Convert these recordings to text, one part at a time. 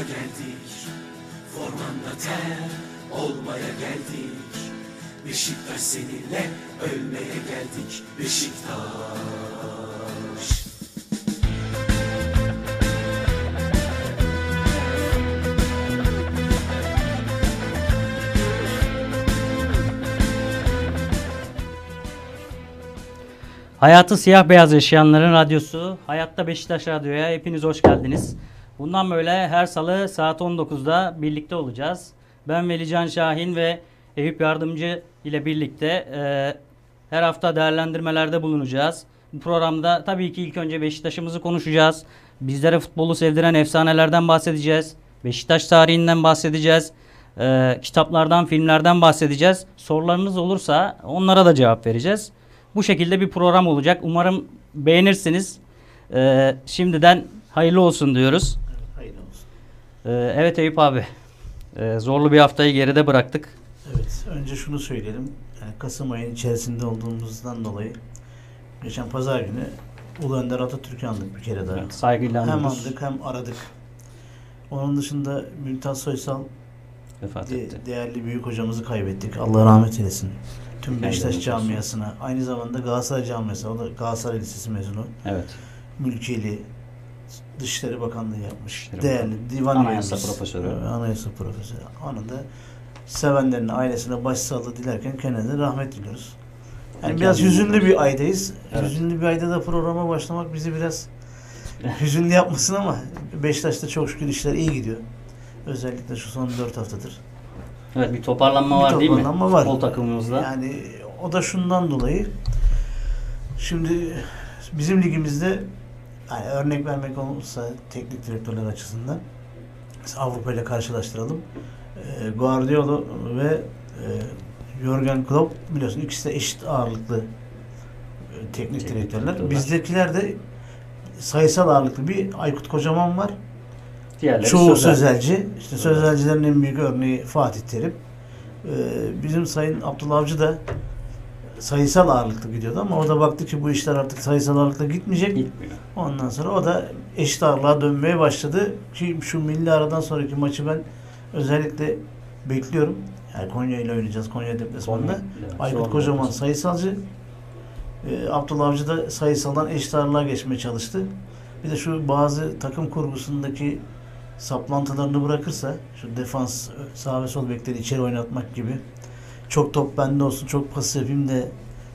geldik, formanda ter olmaya geldik. Beşiktaş seninle ölmeye geldik, Beşiktaş. Hayatı siyah beyaz yaşayanların radyosu Hayatta Beşiktaş Radyo'ya hepiniz hoş geldiniz. Bundan böyle her salı saat 19'da birlikte olacağız. Ben Velican Şahin ve Eyüp Yardımcı ile birlikte her hafta değerlendirmelerde bulunacağız. Bu programda tabii ki ilk önce Beşiktaş'ımızı konuşacağız. Bizlere futbolu sevdiren efsanelerden bahsedeceğiz. Beşiktaş tarihinden bahsedeceğiz. Kitaplardan, filmlerden bahsedeceğiz. Sorularınız olursa onlara da cevap vereceğiz. Bu şekilde bir program olacak. Umarım beğenirsiniz. Şimdiden hayırlı olsun diyoruz. Hayırlı olsun. Evet Eyüp abi. Zorlu bir haftayı geride bıraktık. Evet. Önce şunu söyleyelim. Yani Kasım ayının içerisinde olduğumuzdan dolayı geçen pazar günü Ulu Önder Atatürk'ü andık bir kere daha. Evet, saygıyla hem anıyoruz. andık hem aradık. Onun dışında Mümtaz Soysal Vefat etti. değerli büyük hocamızı kaybettik. Allah rahmet eylesin. Tüm Kendine Beşiktaş olsun. camiasına, aynı zamanda Galatasaray camiası, o da Galatasaray Lisesi mezunu. Evet. Mülkiyeli, Dışişleri Bakanlığı yapmış. Dışişleri Değerli divan Anayasa üyemiz. profesörü. Anayasa profesörü. Onun da sevenlerine, ailesine başsağlığı dilerken kendine rahmet diliyoruz. Yani biraz hüzünlü bir aydayız. Evet. Hüzünlü bir ayda da programa başlamak bizi biraz hüzünlü yapmasın ama Beşiktaş'ta çok şükür işler iyi gidiyor. Özellikle şu son 4 haftadır. Evet, bir toparlanma var değil mi? Toparlanma var. Futbol takımımızda. Yani o da şundan dolayı. Şimdi bizim ligimizde yani örnek vermek olursa teknik direktörler açısından Avrupa ile karşılaştıralım. Guardiola ve Jürgen Klopp biliyorsun ikisi de eşit ağırlıklı teknik direktörler. Bizdekiler de sayısal ağırlıklı bir Aykut Kocaman var. Diğerleri Çoğu sözelci. İşte sözelcilerin en büyük örneği Fatih Terim. Bizim Sayın Abdullah Avcı da sayısal ağırlıklı gidiyordu ama o da baktı ki bu işler artık sayısal ağırlıkla gitmeyecek. Gitmiyor. Ondan sonra o da eşit ağırlığa dönmeye başladı. Ki şu milli aradan sonraki maçı ben özellikle bekliyorum. Yani Konya ile oynayacağız. Konya deplasmanında. Aykut Kocaman sayısalcı. Abdullah Avcı da sayısaldan eşit ağırlığa geçmeye çalıştı. Bir de şu bazı takım kurgusundaki saplantılarını bırakırsa şu defans, sağ ve sol bekleri içeri oynatmak gibi çok top bende olsun, çok pas yapayım da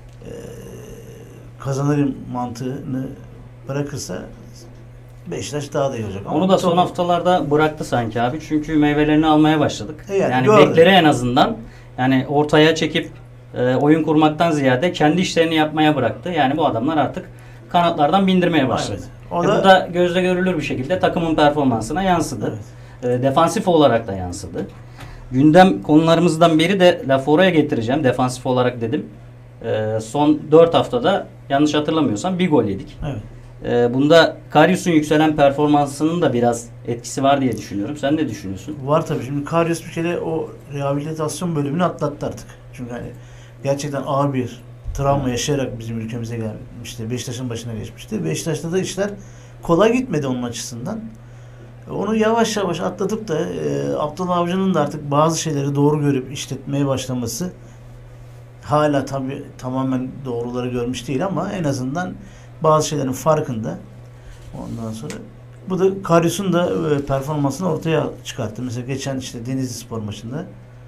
kazanırım mantığını bırakırsa Beşiktaş daha da iyi olacak. Onu da son haftalarda bıraktı sanki abi. Çünkü meyvelerini almaya başladık. Yani gördüm. bekleri en azından yani ortaya çekip oyun kurmaktan ziyade kendi işlerini yapmaya bıraktı. Yani bu adamlar artık kanatlardan bindirmeye başladı. Evet. Bu da gözle görülür bir şekilde takımın performansına yansıdı. Evet. Defansif olarak da yansıdı. Gündem konularımızdan biri de lafı oraya getireceğim. Defansif olarak dedim. Son 4 haftada yanlış hatırlamıyorsam bir gol yedik. Evet. Bunda Karius'un yükselen performansının da biraz etkisi var diye düşünüyorum. Sen ne düşünüyorsun? Var tabii. Şimdi Karius bir kere o rehabilitasyon bölümünü atlattı artık. Çünkü hani gerçekten ağır bir travma yaşayarak bizim ülkemize gelmişti. Beşiktaş'ın başına geçmişti. Beşiktaş'ta da işler kolay gitmedi onun açısından. Onu yavaş yavaş atlatıp da Abdullah Avcı'nın da artık bazı şeyleri doğru görüp işletmeye başlaması hala tabii tamamen doğruları görmüş değil ama en azından bazı şeylerin farkında. Ondan sonra bu da Karius'un da performansını ortaya çıkarttı. Mesela geçen işte Denizlispor maçında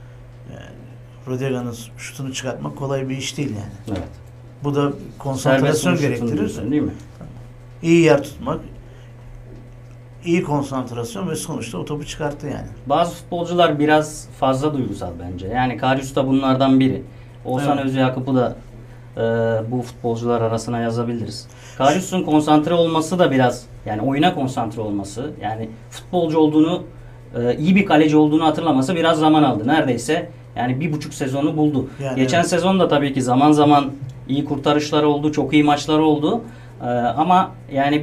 Rodega'nın şutunu çıkartmak kolay bir iş değil yani. Evet. Bu da konsantrasyon gerektirir. Değil mi? İyi yer tutmak, iyi konsantrasyon ve sonuçta o topu çıkarttı yani. Bazı futbolcular biraz fazla duygusal bence. Yani Karius da bunlardan biri. Oğuzhan Evet. Özyakup'u da bu futbolcular arasına yazabiliriz. Karius'un konsantre olması da biraz yani oyuna konsantre olması yani futbolcu olduğunu iyi bir kaleci olduğunu hatırlaması biraz zaman aldı. Neredeyse yani 1,5 sezonu buldu. Yani Geçen evet. sezon da tabii ki zaman zaman iyi kurtarışları oldu. Çok iyi maçları oldu. Ama yani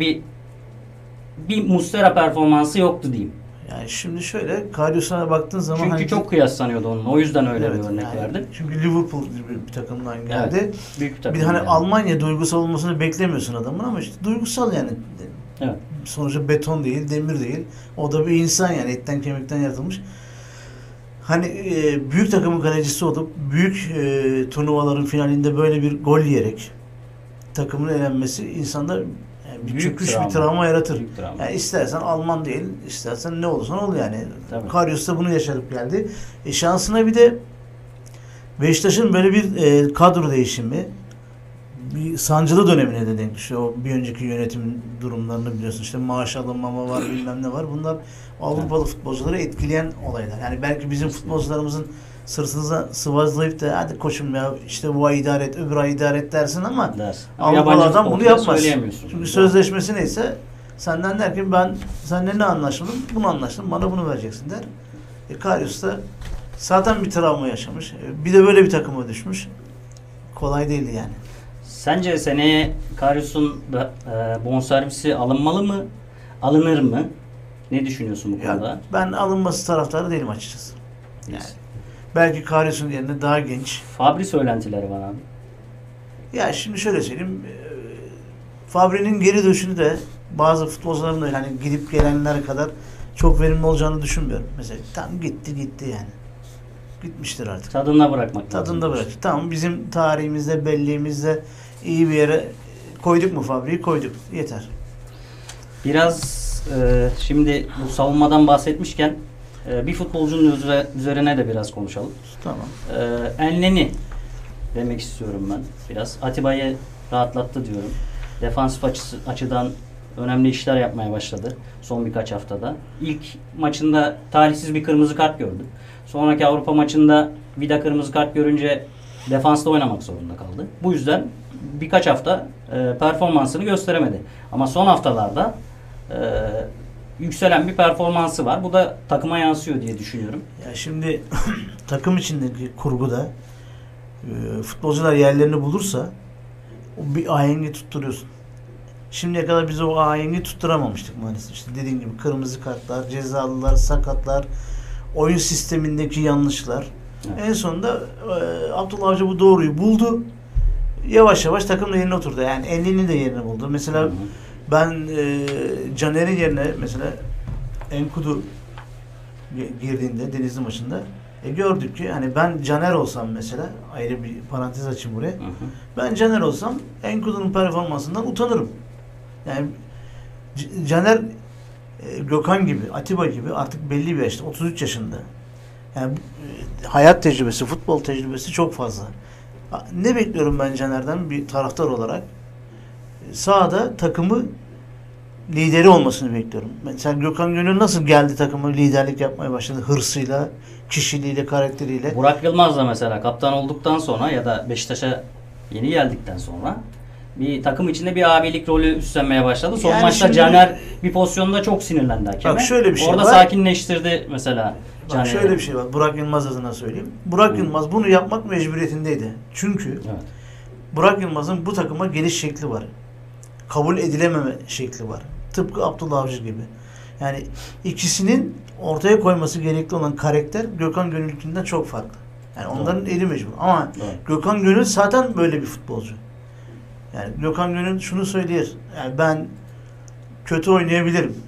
bir Muslera performansı yoktu diyeyim. Yani şimdi şöyle Karius'a baktığın zaman Çünkü hani çok kıyaslanıyordu onunla. O yüzden öyle evet, bir örnek yani verdim. Çünkü Liverpool gibi bir takımdan geldi. Evet, büyük bir takım Bir de hani yani. Almanya duygusal olmasını beklemiyorsun adamın ama işte duygusal yani. Evet. Sonuçta beton değil, demir değil. O da bir insan yani etten kemikten yaratılmış. Hani büyük takımın kalecisi olup büyük turnuvaların finalinde böyle bir gol yiyerek takımın elenmesi insanda yani bir Büyük çöküş, travma. bir travma yaratır. Büyük travma. Yani istersen Alman değil, istersen ne olursan ol yani. Tabii. Karius da bunu yaşadıp geldi. Şansına bir de Beşiktaş'ın böyle bir kadro değişimi bir sancılı dönemine de denk düşüyor. O bir önceki yönetim durumlarını biliyorsun. İşte maaş alınmama var, bilmem ne var. Bunlar Avrupalı futbolcuları etkileyen olaylar. Yani belki bizim futbolcularımızın sırtınıza sıvazlayıp da hadi koçum ya işte bu ay idare et, öbür ay idare et dersin ama Dersin. Avrupalı adam bunu yapmaz. Söyleyemiyorsun. Çünkü sözleşmesi neyse senden der ki ben seninle ne anlaştım? Bunu anlaştım. Bana bunu vereceksin der. Karius da zaten bir travma yaşamış. Bir de böyle bir takıma düşmüş. Kolay değildi yani. Sence seneye Karius'un da bonservisi alınmalı mı? Alınır mı? Ne düşünüyorsun bu konuda? Ya, ben alınması taraftarı değilim açıkçası. Yani belki Karius'un yerine daha genç. Fabri söylentileri var abi. Ya şimdi şöyle söyleyeyim. Fabri'nin geri dönüşünü de bazı futbolcuların da hani gidip gelenler kadar çok verimli olacağını düşünmüyorum. Mesela tam gitti yani. Gitmiştir artık. Tadında bırakmak lazım. Tadında bırak. Tamam bizim tarihimizde, belleğimizde iyi bir yere koyduk mu Fabri'yi? Koyduk. Yeter. Biraz şimdi bu savunmadan bahsetmişken bir futbolcunun üzerine de biraz konuşalım. Tamam. Enleni demek istiyorum ben biraz. Atiba'yı rahatlattı diyorum. Defansif açıdan önemli işler yapmaya başladı son birkaç haftada. İlk maçında talihsiz bir kırmızı kart gördü. Sonraki Avrupa maçında Vida kırmızı kart görünce defansta oynamak zorunda kaldı. Bu yüzden birkaç hafta performansını gösteremedi. Ama son haftalarda yükselen bir performansı var. Bu da takıma yansıyor diye düşünüyorum. Ya şimdi takım içindeki kurguda futbolcular yerlerini bulursa o bir ahengi tutturuyorsun. Şimdiye kadar biz o ahengi tutturamamıştık maalesef. İşte dediğim gibi kırmızı kartlar, cezalılar, sakatlar, oyun sistemindeki yanlışlar. Evet. En sonunda Abdullah Avcı bu doğruyu buldu. Yavaş yavaş takım da yerine oturdu. Yani Enlin'i de yerine buldu. Mesela ben Caner'in yerine mesela Enkudu girdiğinde Denizli maçında gördük ki hani ben Caner olsam mesela ayrı bir parantez açayım buraya. Ben Caner olsam Enkudu'nun performansından utanırım. Yani Caner Gökhan gibi, Atiba gibi artık belli bir yaşta, 33 yaşında. Yani hayat tecrübesi, futbol tecrübesi çok fazla. Ne bekliyorum ben Caner'den bir taraftar olarak? Sahada takımı lideri olmasını bekliyorum. Mesela Gökhan Gönül nasıl geldi takımı liderlik yapmaya başladı? Hırsıyla, kişiliğiyle, karakteriyle. Burak Yılmaz da mesela kaptan olduktan sonra ya da Beşiktaş'a yeni geldikten sonra bir takım içinde bir abilik rolü üstlenmeye başladı. Son yani maçta şimdi, Caner bir pozisyonda çok sinirlendi hakeme. Bak şöyle bir şey orada var. sakinleştirdi mesela Caner'i. Bak şöyle bir şey var. Burak Yılmaz adına söyleyeyim. Burak Yılmaz bunu yapmak mecburiyetindeydi. Çünkü evet. Burak Yılmaz'ın bu takıma geliş şekli var. Kabul edilememe şekli var. Tıpkı Abdullah Avcı gibi. Yani ikisinin ortaya koyması gerekli olan karakter Gökhan Gönül'ünden çok farklı. Yani onların eli mecbur. Ama Gökhan Gönül zaten böyle bir futbolcu. Yani Gökhan Gönül şunu söyler. Yani ben kötü oynayabilirim.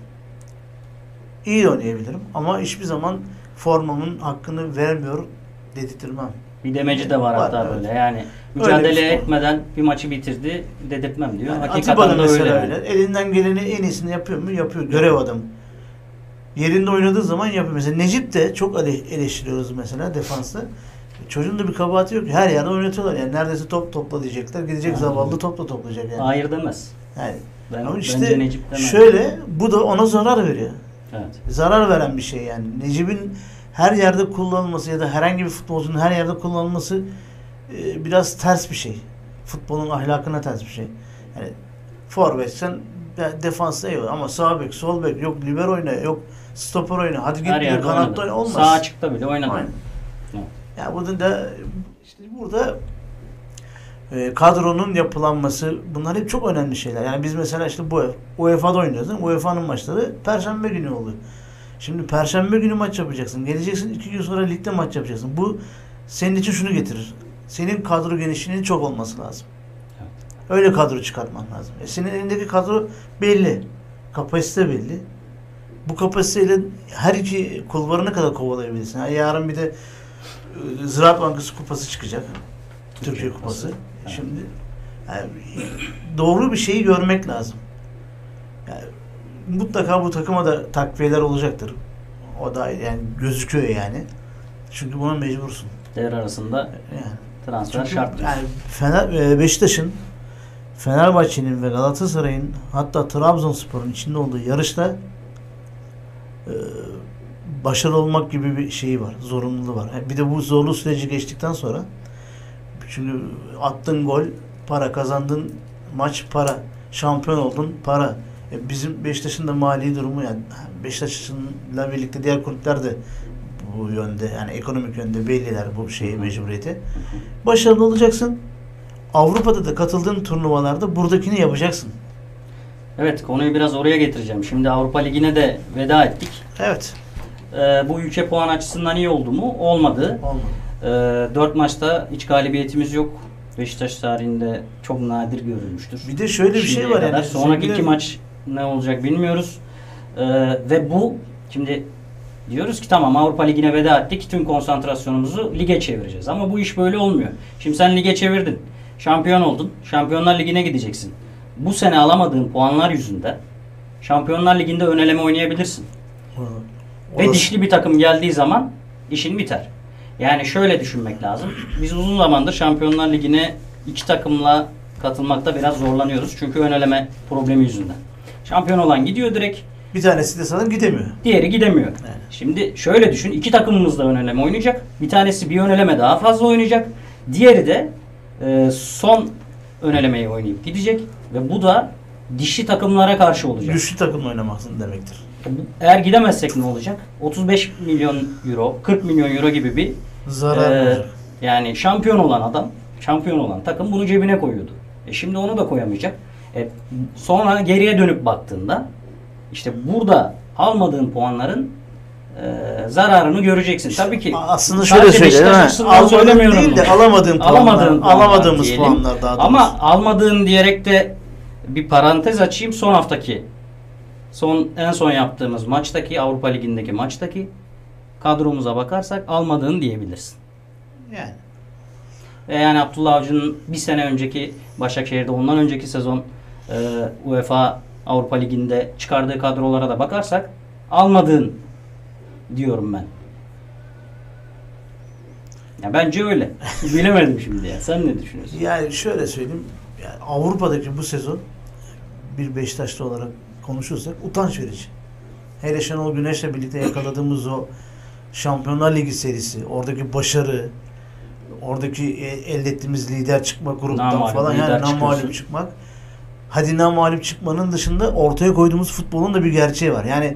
İyi de oynayabilirim. Ama hiçbir zaman formamın hakkını vermiyor dedirtmem. Bir demeci de var hatta evet. böyle. Yani mücadele etmeden bir maçı bitirdi dedirtmem diyor. Yani hakikaten de mesela öyle. Elinden geleni en iyisini yapıyor mu? Yapıyor. Görev adamı. Yerinde oynadığı zaman yapıyor. Mesela Necip de çok eleştiriyoruz mesela defansta. Çocuğun da bir kabahati yok. Her yerde oynatıyorlar. Yani neredeyse top topla diyecekler. Gidecek zavallı topla toplayacak yani. Hayır demez. Yani ama bence işte Necip demez. şöyle bu da ona zarar veriyor. Evet. Zarar veren bir şey yani. Necip'in her yerde kullanılması ya da herhangi bir futbolcunun her yerde kullanılması biraz ters bir şey. Futbolun ahlakına ters bir şey. Yani forvet sen defansta eyvallah ama sağ bek, sol bek, yok libero oyna, yok stoper oyna. Hadi git bir kanatta oyna. Olmaz. Sağ açıkta bile oynadı. Aynen. Yani burada da işte burada kadronun yapılanması bunlar hep çok önemli şeyler. Yani biz mesela işte bu UEFA'da oynuyoruz değil mi? UEFA'nın maçları Perşembe günü oluyor. Şimdi Perşembe günü maç yapacaksın. Geleceksin 2 gün sonra ligde maç yapacaksın. Bu senin için şunu getirir. Senin kadro genişliğinin çok olması lazım. Evet. Öyle kadro çıkartman lazım. Senin elindeki kadro belli. Kapasite belli. Bu kapasiteyle her iki kulvarına kadar kovalayabilirsin. Yani yarın bir de Ziraat Bankası kupası çıkacak. Türkiye kupası. Evet. Şimdi yani doğru bir şeyi görmek lazım. Yani mutlaka bu takıma da takviyeler olacaktır. O da yani gözüküyor yani. Çünkü buna mecbursun. Devre arasında Yani. transfer Çünkü şart. yani Beşiktaş'ın, Fenerbahçe'nin ve Galatasaray'ın hatta Trabzonspor'un içinde olduğu yarışta başarılı olmak gibi bir şeyi var. Zorunluluğu var. Bir de bu zorlu süreci geçtikten sonra çünkü attığın gol para, kazandığın maç para, şampiyon oldun para. Bizim Beşiktaş'ın da mali durumu yani Beşiktaş'la birlikte diğer kulüpler de bu yönde yani ekonomik yönde belliler bu şeyi mecburiyeti. Başarılı olacaksın. Avrupa'da da katıldığın turnuvalarda buradakini yapacaksın. Evet, konuyu biraz oraya getireceğim. Şimdi Avrupa Ligi'ne de veda ettik. Evet. Bu ülke puan açısından iyi oldu mu? Olmadı. Olmadı. 4 maçta hiç galibiyetimiz yok. Beşiktaş tarihinde çok nadir görülmüştür. Bir de şöyle bir şey Şimdiye var kadar. yani. Sonraki iki maç ne olacak bilmiyoruz. Ve bu şimdi diyoruz ki tamam Avrupa Ligi'ne veda ettik. Tüm konsantrasyonumuzu lige çevireceğiz. Ama bu iş böyle olmuyor. Şimdi sen lige çevirdin. Şampiyon oldun. Şampiyonlar Ligi'ne gideceksin. Bu sene alamadığın puanlar yüzünden Şampiyonlar Ligi'nde ön eleme oynayabilirsin. Ve dişli bir takım geldiği zaman işin biter. Yani şöyle düşünmek lazım. Biz uzun zamandır Şampiyonlar Ligi'ne iki takımla katılmakta biraz zorlanıyoruz. Çünkü ön eleme problemi yüzünden. Şampiyon olan gidiyor direkt. Bir tanesi de sanırım gidemiyor. Diğeri gidemiyor. Evet. Şimdi şöyle düşün. İki takımımız da ön eleme oynayacak. Bir tanesi bir ön eleme daha fazla oynayacak. Diğeri de son ön elemeyi oynayıp gidecek. Ve bu da dişli takımlara karşı olacak. Güçlü takımla oynamazsın demektir. Eğer gidemezsek ne olacak? 35 milyon euro, 40 milyon euro gibi bir Zarar olacak. yani şampiyon olan adam, şampiyon olan takım bunu cebine koyuyordu. Şimdi onu da koyamayacak. Sonra geriye dönüp baktığında işte burada almadığın puanların zararını göreceksin. Tabii ki aslında şöyle söyleyeyim. Almadığın değil de alamadığımız puanlar daha doğrusu. Ama almadığın diyerek de bir parantez açayım. Son haftaki en son yaptığımız maçtaki Avrupa Ligi'ndeki maçtaki kadromuza bakarsak almadığını diyebilirsin. Yani. Ve yani Abdullah Avcı'nın bir sene önceki Başakşehir'de ondan önceki sezon UEFA Avrupa Ligi'nde çıkardığı kadrolara da bakarsak almadığın diyorum ben. Ya bence öyle. Bilemedim şimdi ya. Sen ne düşünüyorsun? Yani şöyle söyleyeyim. Yani Avrupa'daki bu sezon bir Beşiktaşlı olarak konuşursak utanç verici. Hele Şenol Güneş'le birlikte yakaladığımız o Şampiyonlar Ligi serisi, oradaki başarı, oradaki elde ettiğimiz lider çıkma gruptan namalip, falan yani namalip çıkmak. Hadi namalip çıkmanın dışında ortaya koyduğumuz futbolun da bir gerçeği var. Yani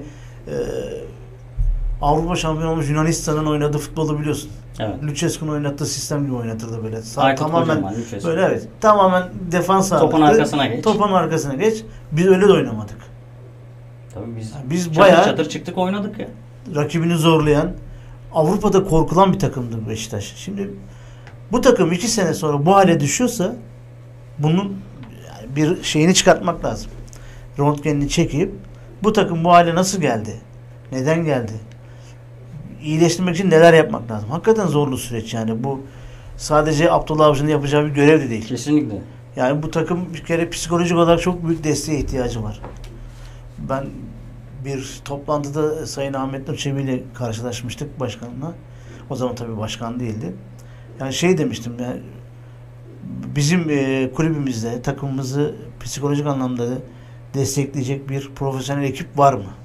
Avrupa şampiyonu olmuş Yunanistan'ın oynadığı futbolu biliyorsun. Evet. Lucescu'nun oynattığı sistem gibi oynatırdı böyle. Aykut Tamamen Kocaman, Lucescu. böyle evet. Tamamen defans ağırlıklı. Topun arkasına geç. Topun arkasına geç. Biz öyle de oynamadık. Tabii biz çatır bayağı çatır çıktık oynadık ya. Rakibini zorlayan, Avrupa'da korkulan bir takımdır Beşiktaş. Şimdi bu takım 2 sene sonra bu hale düşüyorsa bunun bir şeyini çıkartmak lazım. Röntgenini çekip bu takım bu hale nasıl geldi? Neden geldi? İyileştirmek için neler yapmak lazım? Hakikaten zorlu süreç yani. Bu sadece Abdullah Avcı'nın yapacağı bir görev de değil. Kesinlikle. Yani bu takım bir kere psikolojik olarak çok büyük desteğe ihtiyacı var. Ben bir toplantıda Sayın Ahmet Nur Çebi ile karşılaşmıştık başkanla. O zaman tabii başkan değildi. Yani şey demiştim yani bizim kulübümüzde takımımızı psikolojik anlamda destekleyecek bir profesyonel ekip var mı?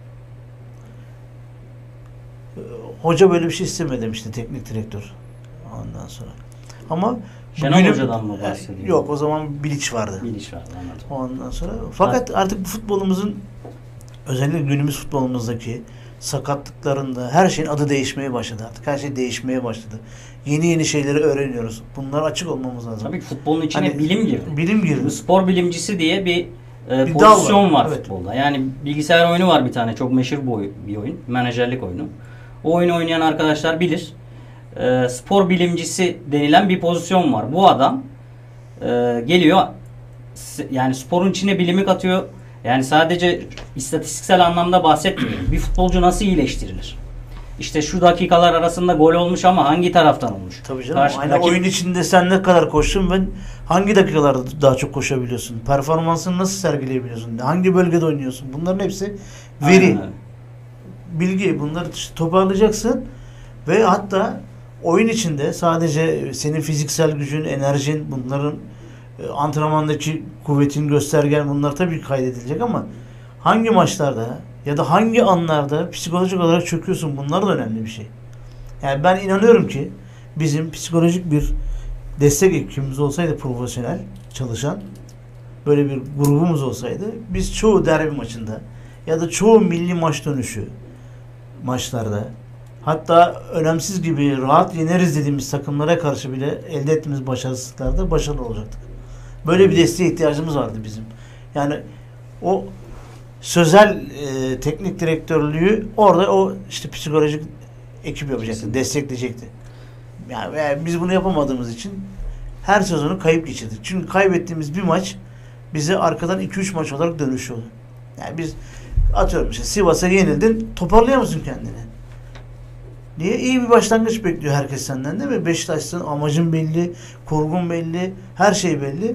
Hoca böyle bir şey istemedi demişti teknik direktör. Ondan sonra. Ama Şenol Hoca'dan mı bahsediyorsun? Yok o zaman Bilic vardı. Bilic vardı anladım. Ondan sonra fakat artık bu futbolumuzun özellikle günümüz futbolumuzdaki sakatlıklarında her şeyin adı değişmeye başladı artık. Her şey değişmeye başladı. Yeni şeyleri öğreniyoruz. Bunlara açık olmamız lazım. Tabii ki futbolun içine Hani bilim girdi. Bilim girdi. Bu spor bilimcisi diye bir Bir pozisyon dal var. var Evet. futbolda. Yani bilgisayar oyunu var bir tane çok meşhur bir oyun. Menajerlik oyunu. O oyunu oynayan arkadaşlar bilir. Spor bilimcisi denilen bir pozisyon var. Bu adam geliyor yani sporun içine bilimi katıyor. Yani sadece istatistiksel anlamda bahsetmiyorum. Bir futbolcu nasıl iyileştirilir? İşte şu dakikalar arasında gol olmuş ama hangi taraftan olmuş? Tabii canım. Aynı oyun içinde sen ne kadar koştun ve hangi dakikalarda daha çok koşabiliyorsun? Performansını nasıl sergileyebiliyorsun? Hangi bölgede oynuyorsun? Bunların hepsi veri. Aynen. Bilgi. Bunları işte toparlayacaksın ve hatta oyun içinde sadece senin fiziksel gücün, enerjin, bunların antrenmandaki kuvvetin, göstergen, bunlar tabii kaydedilecek ama hangi maçlarda ya da hangi anlarda psikolojik olarak çöküyorsun, bunlar da önemli bir şey. Yani ben inanıyorum ki bizim psikolojik bir destek ekibimiz olsaydı, profesyonel çalışan böyle bir grubumuz olsaydı, biz çoğu derbi maçında ya da çoğu milli maç dönüşü maçlarda, hatta önemsiz gibi rahat yeneriz dediğimiz takımlara karşı bile elde ettiğimiz başarısızlıklarda başarılı olacaktık. Böyle bir desteğe ihtiyacımız vardı bizim. Yani o sözel teknik direktörlüğü orada o işte psikolojik ekip yapacaktı, destekleyecekti. Yani biz bunu yapamadığımız için her sezonu kayıp geçirdik. Çünkü kaybettiğimiz bir maç bize arkadan 2-3 maç olarak dönüşüyordu. Yani biz atıyorum işte Sivas'a yenildin, toparlayamıyorsun kendini. Niye? İyi bir başlangıç bekliyor herkes senden, değil mi? Beşiktaş'ın amacın belli, kurgun belli, her şey belli.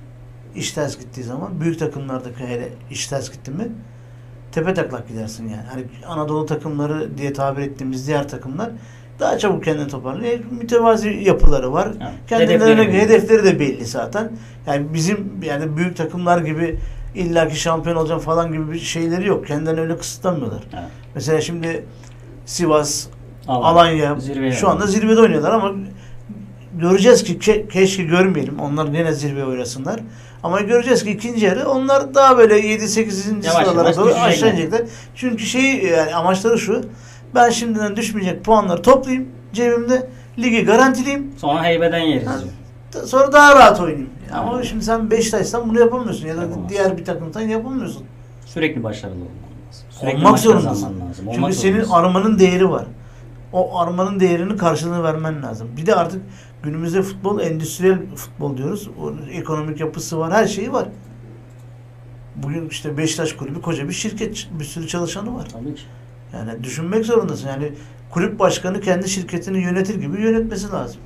İş ters gittiği zaman, büyük takımlardaki hele iş ters gitti mi tepe taklak gidersin yani. Hani Anadolu takımları diye tabir ettiğimiz diğer takımlar daha çabuk kendini toparlıyor. Mütevazi yapıları var. Evet. Kendilerine hedefleri de belli zaten. Yani bizim yani büyük takımlar gibi illaki şampiyon olacağım falan gibi bir şeyleri yok. Kendilerini öyle kısıtlamıyorlar. Evet. Mesela şimdi Sivas, Alanya şu anda zirvede oynuyorlar ama göreceğiz ki keşke görmeyelim. Onlar gene zirve oynasınlar. Ama göreceğiz ki ikinci yarı onlar daha böyle 7-8. sıralara doğru aşağı inecekler. Çünkü yani amaçları şu. Ben şimdiden düşmeyecek puanları toplayayım cebimde. Ligi garantileyim. Sonra heybeden yeriz. Sonra daha rahat oynayayım. Ama şimdi sen Beşiktaş'tan bunu yapamıyorsun. Ya da diğer bir takımdan yapamıyorsun. Sürekli başarılı olman lazım. Sürekli olmak zorundasın. Lazım. Çünkü senin armanın değeri var. O armanın değerini karşılığını vermen lazım. Bir de artık günümüzde futbol endüstriyel futbol diyoruz. O ekonomik yapısı var, her şeyi var. Bugün işte Beşiktaş kulübü koca bir şirket, bir sürü çalışanı var. Tabii ki. Yani düşünmek zorundasın. Yani kulüp başkanı kendi şirketini yönetir gibi yönetmesi lazım.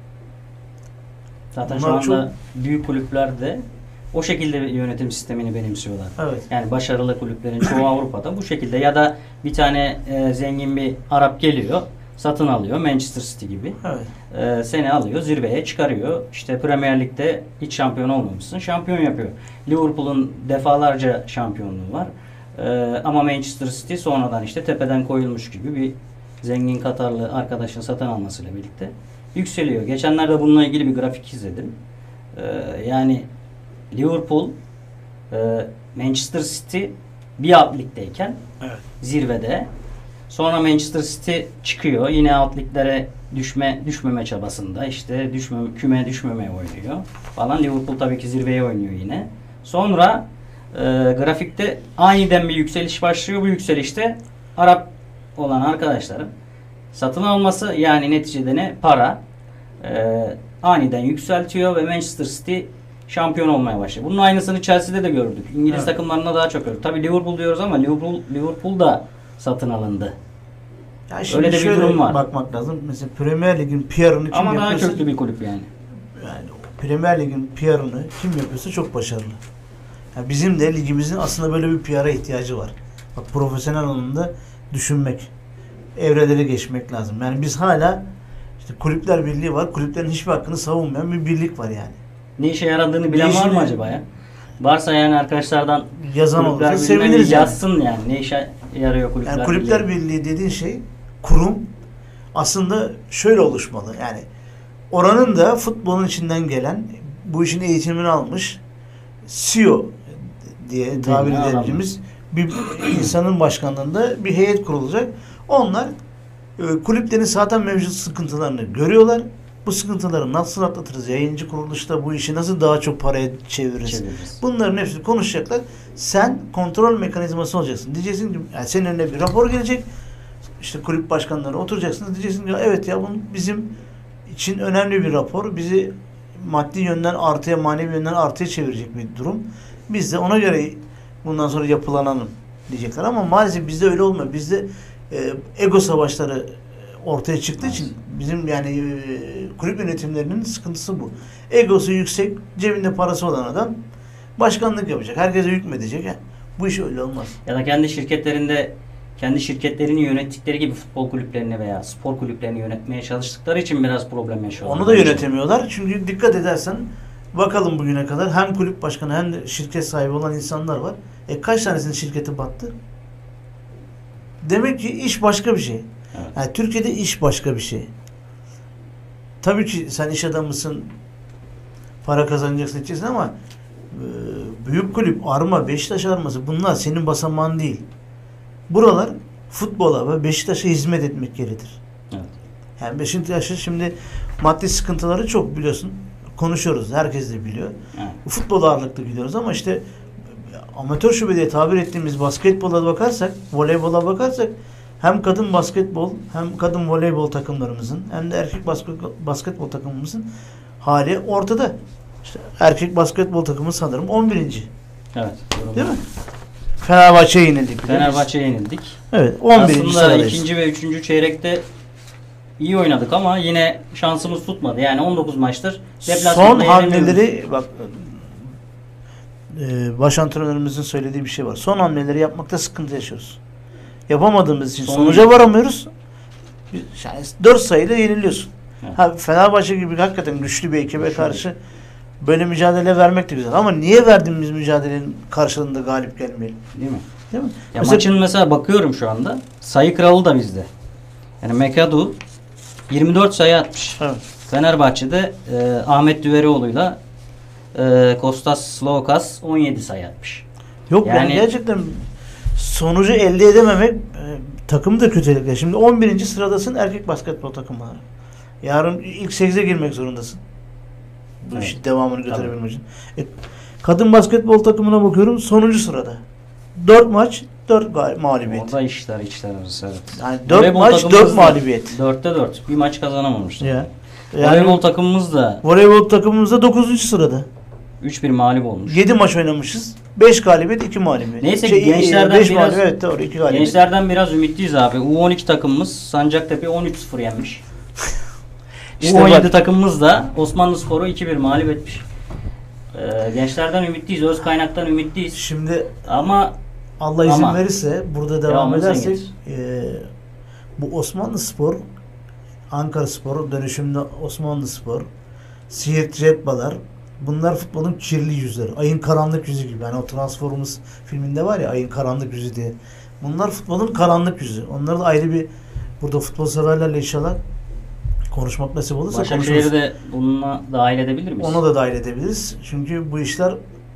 Zaten Bunlar şu anda büyük kulüplerde o şekilde yönetim sistemini benimsiyorlar. Evet. Yani başarılı kulüplerin çoğu Avrupa'da bu şekilde, ya da bir tane zengin bir Arap geliyor, satın alıyor, Manchester City gibi. Evet. Seni alıyor, zirveye çıkarıyor. İşte Premier Lig'de hiç şampiyon olmamışsın, şampiyon yapıyor. Liverpool'un defalarca şampiyonluğu var. Ama Manchester City sonradan işte tepeden koyulmuş gibi bir zengin Katarlı arkadaşın satın almasıyla birlikte yükseliyor. Geçenlerde bununla ilgili bir grafik izledim. Yani Liverpool, Manchester City bir alt ligdeyken Evet. zirvede. Sonra Manchester City çıkıyor. Yine alt liglere düşmeme çabasında. İşte küme düşmemeye oynuyor falan. Liverpool tabii ki zirveye oynuyor yine. Sonra grafikte aniden bir yükseliş başlıyor. Bu yükselişte Arap olan arkadaşların satın alması, yani neticede ne? Para. Aniden yükseltiyor ve Manchester City şampiyon olmaya başlıyor. Bunun aynısını Chelsea'de de gördük. İngiliz takımlarında daha çok gördük. Tabii Liverpool diyoruz ama Liverpool da satın alındı. Ya şimdi öyle de bir durum var. Bakmak lazım. Mesela Premier Lig'in PR'ını kim ama yapıyorsa... daha köklü bir kulüp yani. Yani Premier Lig'in PR'ını kim yapıyorsa çok başarılı. Yani bizim de ligimizin aslında böyle bir PR'a ihtiyacı var. Bak, profesyonel anlamda düşünmek, evreleri geçmek lazım. Yani biz hala işte Kulüpler Birliği var. Kulüplerin hiçbir hakkını savunmayan bir birlik var yani. Ne işe yaradığını bilen var mı acaba ya? Varsa yani arkadaşlardan yazan Kulüpler olursa Birliği'ne seviniriz yazsın yani. Ne işe yarıyor Kulüpler Yani Kulüpler Birliği dediğin şey, kurum aslında şöyle oluşmalı. Yani oranın da futbolun içinden gelen, bu işin eğitimini almış CEO diye tabir edebileceğimiz bir insanın başkanlığında bir heyet kurulacak. Onlar kulüplerin zaten mevcut sıkıntılarını görüyorlar. Bu sıkıntıları nasıl atlatırız? Yayıncı kuruluşta bu işi nasıl daha çok paraya çeviririz? Bunların hepsini konuşacaklar. Sen kontrol mekanizması olacaksın. Diyeceksin ki yani senin önüne bir rapor gelecek. İşte kulüp başkanları oturacaksınız. Diyeceksin ki evet ya, bu bizim için önemli bir rapor. Bizi maddi yönden artıya, manevi yönden artıya çevirecek bir durum. Biz de ona göre Bundan sonra yapılanalım diyecekler ama maalesef bizde öyle olmuyor. Bizde ego savaşları ortaya çıktığı için bizim yani kulüp yönetimlerinin sıkıntısı bu. Egosu yüksek, cebinde parası olan adam başkanlık yapacak. Herkese hükmedecek. Bu iş öyle olmaz. Ya da kendi şirketlerini yönettikleri gibi futbol kulüplerini veya spor kulüplerini yönetmeye çalıştıkları için biraz problem yaşıyorlar. Onu da yönetemiyorlar. Çünkü dikkat edersen bakalım bugüne kadar hem kulüp başkanı hem de şirket sahibi olan insanlar var. Kaç tanesinin şirketi battı? Demek ki iş başka bir şey. Evet. Yani Türkiye'de iş başka bir şey. Tabii ki sen iş adamısın, para kazanacaksın içerisinde ama büyük kulüp, Arma, Beşiktaş arması bunlar senin basamağın değil. Buralar futbola ve Beşiktaş'a hizmet etmek yeridir. Evet. Yani Beşiktaş'ın şimdi maddi sıkıntıları çok biliyorsun. Konuşuyoruz. Herkes de biliyor. Evet. Futbol ağırlıklı gidiyoruz ama işte amatör şube diye tabir ettiğimiz basketbola bakarsak, voleybola bakarsak hem kadın basketbol hem kadın voleybol takımlarımızın hem de erkek basketbol takımımızın hali ortada. İşte erkek basketbol takımı sanırım 11. Evet. Değil mi? Fenerbahçe'ye yenildik. Fenerbahçe'ye yenildik. Evet, 11. Aslında sıradayız. ikinci ve üçüncü çeyrekte iyi oynadık ama yine şansımız tutmadı. Yani 19 maçtır deplasmanda Son yenemiyoruz. hamleleri bak baş antrenörümüzün söylediği bir şey var. Son hamleleri yapmakta sıkıntı yaşıyoruz. Yapamadığımız için sonuca varamıyoruz. Yani 4 sayıyla yeniliyorsun. Evet. Ha, Fenerbahçe gibi hakikaten güçlü bir ekibe karşı böyle mücadele vermek de güzel. Ama niye verdiğimiz mücadelenin karşılığında galip gelmeyelim? Değil mi? Değil mi? Ya maçın mesela bakıyorum şu anda. Sayı kralı da bizde. Yani Mekadu 24 sayı atmış. Evet. Fenerbahçe'de Ahmet Düverioğlu'yla Kostas Sloukas 17 sayı atmış. Yok Yani- gerçekten sonucu elde edememek takımı da kötülükler. Şimdi 11. sıradasın erkek basketbol takımları. Yarın ilk 8'e girmek zorundasın. Bu Evet. işin devamını götürebilmek için. Kadın basketbol takımına bakıyorum sonuncu sırada. 4 maç 4 mağlubiyet. Orada içler arası, evet. Yani 4 Voleybol maç takımımız 4 da mağlubiyet. 4'te 4. Bir maç kazanamamıştı. Ya. Voleybol takımımız da voleybol takımımız da 9. sırada. 3-1 mağlup olmuş. 7 maç oynamışız. 5 galibiyet 2 mağlubiyet. Neyse ki gençlerden 5 biraz- mağlubiyet, evet doğru 2 galibiyet. Gençlerden biraz ümitliyiz abi. U12 takımımız Sancaktepe 13-0 yenmiş. İşte U17 bak- takımımız da Osmanlıspor'u 2-1 mağlup etmiş. Gençlerden ümitliyiz. Öz kaynaktan ümitliyiz. Şimdi Ama Allah izin Ama- verirse burada devam Devamını sen edersek getir. bu Osmanlıspor, Ankaraspor, dönüşümde Osmanlıspor, Siirt Redbalar bunlar futbolun kirli yüzleri. Ayın karanlık yüzü gibi. Yani o Transformers filminde var ya Ayın karanlık yüzü diye. Bunlar futbolun karanlık yüzü. Onları da ayrı bir burada futbol severlerle inşallah konuşmak nasip olursa Başakşehir'i konuşuruz. de bununla dahil edebilir miyiz? Onu da dahil edebiliriz. Çünkü bu işler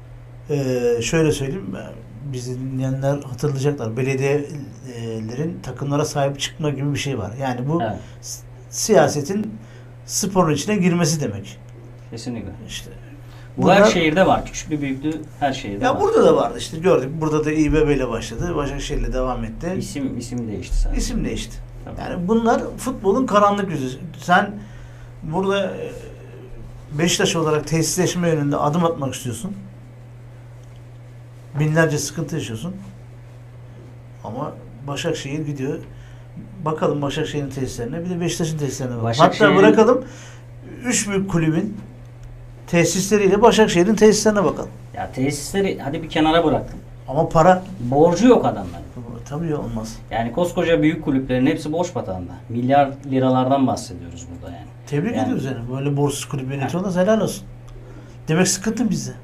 şöyle söyleyeyim, bizi dinleyenler hatırlayacaklar. Belediyelerin takımlara sahip çıkma gibi bir şey var. Yani bu Evet, siyasetin sporun içine girmesi demek. kesinlikle. İşte Bu bunlar- her şehirde var. Küçüklü büyüklü her şehirde ya var. burada da vardı işte gördük. Burada da İBB ile başladı. Başakşehir'le devam etti. İsim değişti sadece. İsim değişti. Tabii. Yani bunlar futbolun karanlık yüzü. Sen burada Beşiktaş olarak tesisleşme yönünde adım atmak istiyorsun. Binlerce sıkıntı yaşıyorsun. Ama Başakşehir gidiyor. Bakalım Başakşehir'in tesislerine bir de Beşiktaş'ın tesislerine bakalım. Hatta Başakşehir'in- bırakalım 3 büyük kulübün tesisleriyle Başakşehir'in tesislerine bakalım. Ya tesisleri hadi bir kenara bıraktım. Ama para Borcu yok adamların. tabii olmaz. Yani koskoca büyük kulüplerin hepsi borç batağında. Milyar liralardan bahsediyoruz burada yani. Tebrik Yani- ediyoruz yani. Böyle borçsuz kulüp yönetiyorlar. Helal olsun. Demek sıkıntı bizde.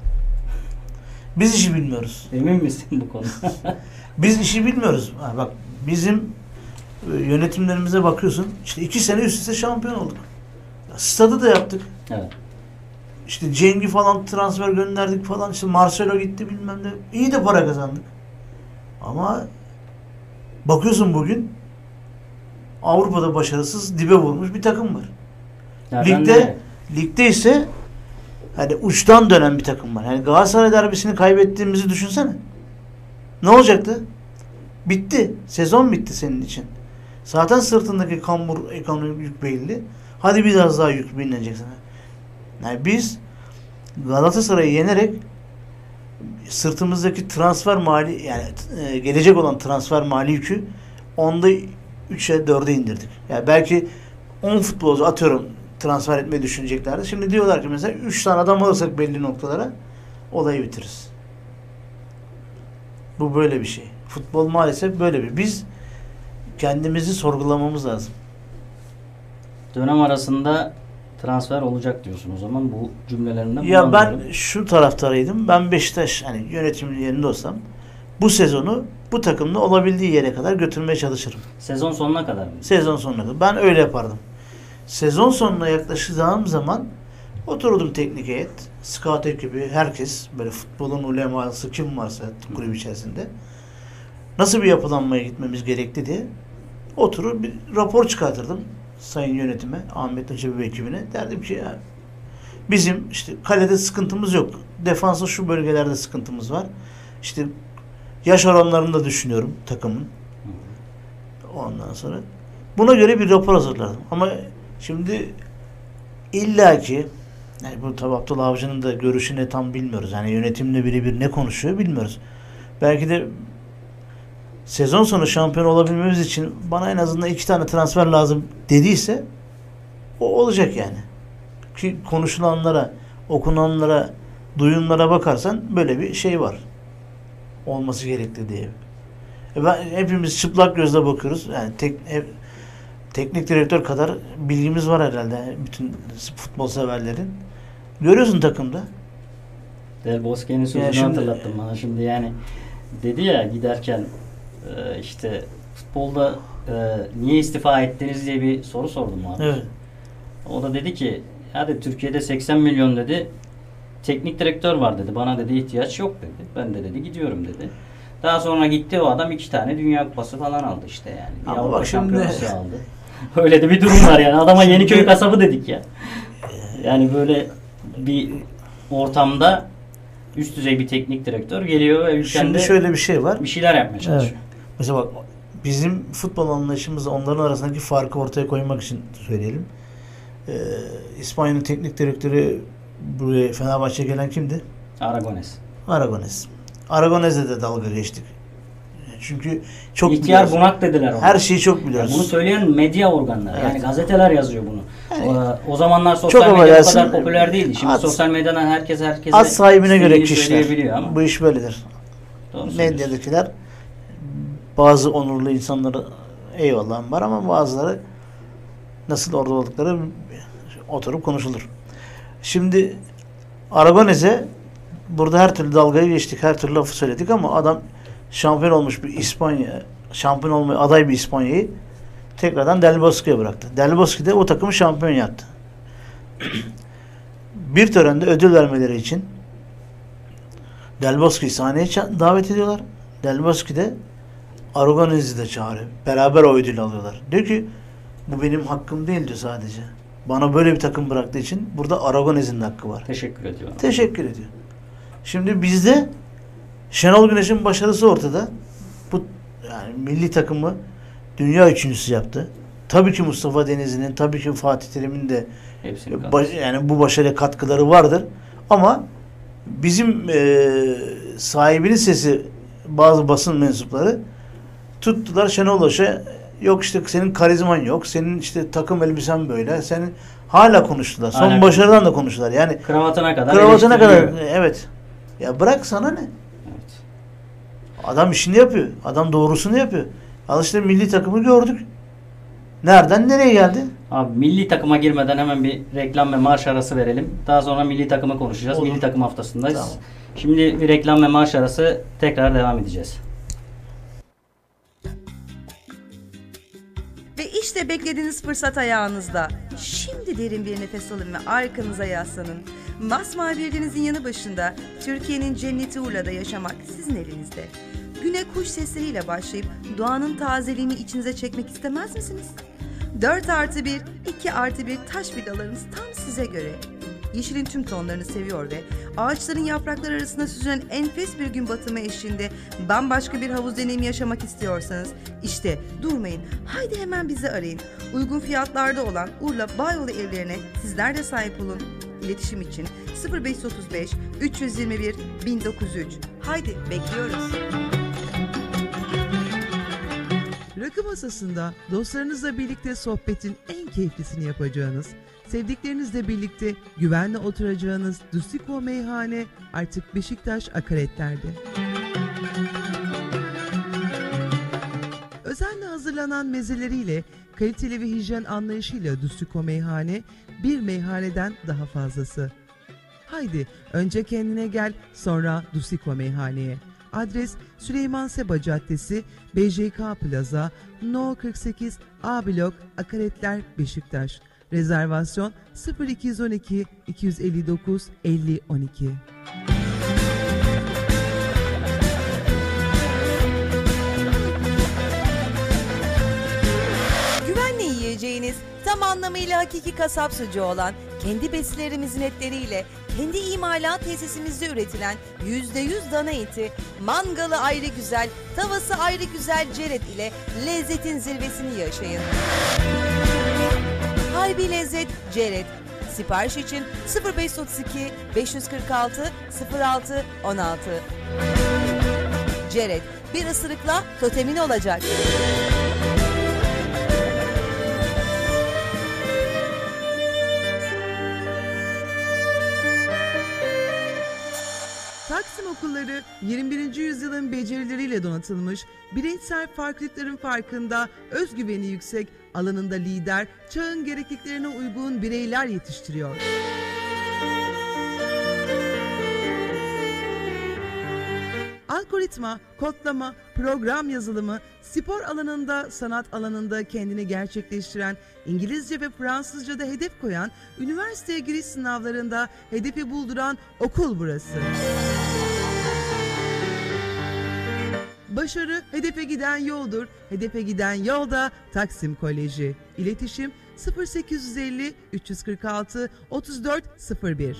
Biz işi bilmiyoruz. Emin misin bu konuda? Biz işi bilmiyoruz. Ha, bak bizim yönetimlerimize bakıyorsun. İşte 2 sene üst üste şampiyon olduk. Stadı da yaptık. Evet. İşte Cengi falan transfer gönderdik falan. İşte Marcelo gitti bilmem ne. İyi de para kazandık. Ama bakıyorsun bugün Avrupa'da başarısız dibe vurmuş bir takım var. Nereden Ligde nereye? ligde ise hani uçtan dönen bir takım var. Yani Galatasaray derbisini kaybettiğimizi düşünsene. Ne olacaktı? Bitti. Sezon bitti senin için. Zaten sırtındaki kambur ekonomik yük belli. Hadi biraz daha yük binecek sana. Yani biz Galatasaray'ı yenerek sırtımızdaki transfer mali yani gelecek olan transfer mali yükü 10'da 3'e 4'e indirdik. Yani belki 10 futbolcu atıyorum transfer etmeyi düşüneceklerdi. Şimdi diyorlar ki mesela 3 tane adam alırsak belli noktalara olayı bitiririz. Bu böyle bir şey. Futbol maalesef böyle bir. Biz kendimizi sorgulamamız lazım. Dönem arasında transfer olacak diyorsun o zaman bu cümlelerinden. Ya ben şu taraftarıydım. Ben Beşiktaş hani yönetimin yerinde olsam bu sezonu bu takımla olabildiği yere kadar götürmeye çalışırım. Sezon sonuna kadar mı? Sezon sonuna kadar. Ben öyle yapardım. Sezon sonuna yaklaşacağım zaman oturdum teknik heyet, scout ekibi, herkes böyle futbolun uleması kim varsa kulüp içerisinde nasıl bir yapılanmaya gitmemiz gerekti diye oturur bir rapor çıkartırdım sayın yönetime, Ahmet Hoca ve ekibine. Derdim ki ya bizim işte kalede sıkıntımız yok. Defansta şu bölgelerde sıkıntımız var. İşte yaş oranlarını da düşünüyorum takımın. Ondan sonra buna göre bir rapor hazırladım. Ama şimdi illaki yani bu tabi Abdullah Avcı'nın da görüşünü tam bilmiyoruz. Yani yönetimle birebir ne konuşuyor bilmiyoruz. Belki de sezon sonu şampiyon olabilmemiz için bana en azından 2 tane transfer lazım dediyse o olacak yani. Ki konuşulanlara, okunanlara, duyumlara bakarsan böyle bir şey var. Olması gerekli diye. Hepimiz çıplak gözle bakıyoruz. Yani teknik direktör kadar bilgimiz var herhalde bütün futbol severlerin. Görüyorsun takımda. Del Bosque'nin sözünü hatırlattım bana şimdi yani. Dedi ya giderken işte futbolda niye istifa ettiniz diye bir soru sordum abi. Evet. O da dedi ki hadi Türkiye'de 80 milyon dedi. Teknik direktör var dedi. Bana dedi ihtiyaç yok dedi. Ben de dedi gidiyorum dedi. Daha sonra gitti o adam 2 tane Dünya Kupası falan aldı işte yani. Ama bak şimdi aldı. Öyle de bir durum var yani. Adama Yeniköy kasabı dedik ya. Yani böyle bir ortamda üst düzey bir teknik direktör geliyor ve ülkende şimdi şöyle bir şey var. Bir şeyler yapmaya çalışıyor. Evet. Mesela bak bizim futbol anlayışımızla onların arasındaki farkı ortaya koymak için söyleyelim. İspanya'nın teknik direktörü buraya Fenerbahçe'ye gelen kimdi? Aragones. Aragones'le de dalga geçtik. Çünkü çok İhtiyar bunak dediler ona. Her şeyi çok biliyoruz. Yani bunu söyleyen medya organları. Evet. Yani gazeteler yazıyor bunu. Yani, o zamanlar çok sosyal medya o kadar popüler değildi. Şimdi sosyal medyadan herkese at sahibine göre kişiler. Ama. Bu iş böyledir. Medyadakiler bazı onurlu insanları eyvallah var ama bazıları nasıl orada oldukları oturup konuşulur. Şimdi Aragones'e burada her türlü dalgayı geçtik, her türlü lafı söyledik ama adam şampiyon olmuş bir İspanya, şampiyon olmaya aday bir İspanya'yı tekrardan Del Bosque'ye bıraktı. Del Bosque de o takımı şampiyon yaptı. Bir törende ödül vermeleri için Del Bosque'yi sahneye davet ediyorlar. Del Bosque de Aragones'i de çağırıyor. Beraber o ödülü alıyorlar. Diyor ki bu benim hakkım değil diyor sadece. Bana böyle bir takım bıraktığı için burada Aragones'in hakkı var. Teşekkür ediyor. Teşekkür ediyor. Şimdi bizde Şenol Güneş'in başarısı ortada. Bu yani milli takımı dünya üçüncüsü yaptı. Tabii ki Mustafa Denizli'nin, tabii ki Fatih Terim'in de yani bu başarıya katkıları vardır. Ama bizim sahibinin sesi bazı basın mensupları tuttular Şenol Hoca yok işte senin karizman yok, senin işte takım elbisen böyle, senin hala konuştular. Son hala başarıdan da konuştular. Yani kravatına kadar evet. Ya bırak sana ne? Evet. Adam işini yapıyor. Adam doğrusunu yapıyor. Al işte milli takımı gördük. Nereden nereye geldi? Abi milli takıma girmeden hemen bir reklam ve marş arası verelim. Daha sonra milli takımı konuşacağız. Olur. Milli takım haftasındayız. Tamam. Şimdi bir reklam ve marş arası tekrar devam edeceğiz. Ve işte beklediğiniz fırsat ayağınızda. Şimdi derin bir nefes alın ve arkanıza yaslanın. Masmavi denizin yanı başında Türkiye'nin cenneti Urla'da yaşamak sizin elinizde. Güne kuş sesleriyle başlayıp doğanın tazeliğini içinize çekmek istemez misiniz? 4+1, 2+1 taş villalarımız tam size göre. Yeşilin tüm tonlarını seviyor ve ağaçların yaprakları arasında süzülen enfes bir gün batımı eşliğinde bambaşka bir havuz deneyimi yaşamak istiyorsanız işte durmayın, haydi hemen bizi arayın. Uygun fiyatlarda olan Urla Bayoğlu evlerine sizler de sahip olun. iletişim için 0535 321 1903. Haydi bekliyoruz. Rakı masasında dostlarınızla birlikte sohbetin en keyiflisini yapacağınız, sevdiklerinizle birlikte güvenle oturacağınız Dustiko Meyhane artık Beşiktaş Akaretler'de. Özenle hazırlanan mezeleriyle, kaliteli ve hijyen anlayışıyla Dustiko Meyhane bir meyhaneden daha fazlası. Haydi önce kendine gel, sonra Dustiko Meyhane'ye. Adres Süleyman Seba Caddesi, BJK Plaza, No 48 A Blok, Akaretler, Beşiktaş. Rezervasyon 0212 259 50 12. Güvenle yiyeceğiniz, tam anlamıyla hakiki kasap sucuğu olan, kendi besilerimizin etleriyle, kendi imalat tesisimizde üretilen %100 dana eti, mangalı ayrı güzel, tavası ayrı güzel Ceret ile lezzetin zirvesini yaşayın. Harbi Lezzet Ceret. Sipariş için 0532 546 06 16. Ceret, bir ısırıkla totemin olacak. Taksim okulları 21. yüzyılın becerileriyle donatılmış, bireysel farklılıkların farkında, özgüveni yüksek, alanında lider, çağın gerekliliklerine uygun bireyler yetiştiriyor. Algoritma, kodlama, program yazılımı, spor alanında, sanat alanında kendini gerçekleştiren, İngilizce ve Fransızca'da hedef koyan, üniversiteye giriş sınavlarında hedefi bulduran okul burası. Başarı hedefe giden yoldur. Hedefe giden yolda Taksim Koleji. İletişim 0850 346 3401.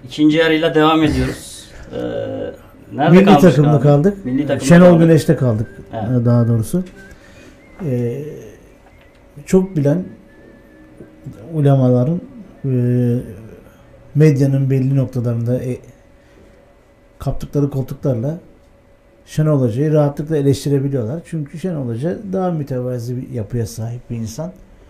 İkinci yarıyla devam ediyoruz. Nerede Milli kalmıştık takımda abi? kaldık. Milli takımda Şenol kaldık. Güneş'te kaldık. Evet. Daha doğrusu. Çok bilen ulemaların medyanın belli noktalarında kaptıkları koltuklarla Şenol Hoca'yı rahatlıkla eleştirebiliyorlar. Çünkü Şenol Hoca daha mütevazi bir yapıya sahip bir insan.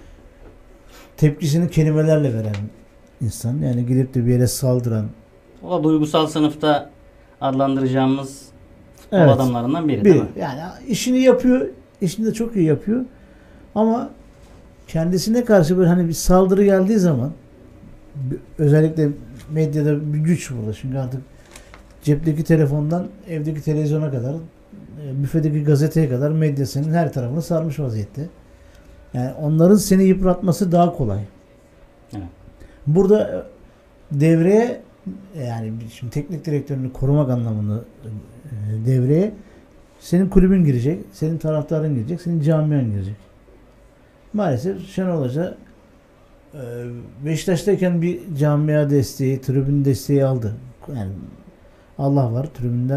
Tepkisini kelimelerle veren insan. Yani gidip de bir yere saldıran. O duygusal sınıfta adlandıracağımız futbol Evet. adamlarından biri değil mi? Yani işini yapıyor. İşini de çok iyi yapıyor. Ama kendisine karşı böyle hani bir saldırı geldiği zaman özellikle medyada bir güç burada. Çünkü artık cepteki telefondan evdeki televizyona kadar büfedeki gazeteye kadar medya senin her tarafını sarmış vaziyette. Yani onların seni yıpratması daha kolay. Evet. Burada devreye yani şimdi teknik direktörünü korumak anlamında devreye senin kulübün girecek, senin taraftarın girecek, senin camian girecek. Maalesef Şenol Hoca Beşiktaş'tayken bir camia desteği, tribün desteği aldı. Yani Allah var, tribünler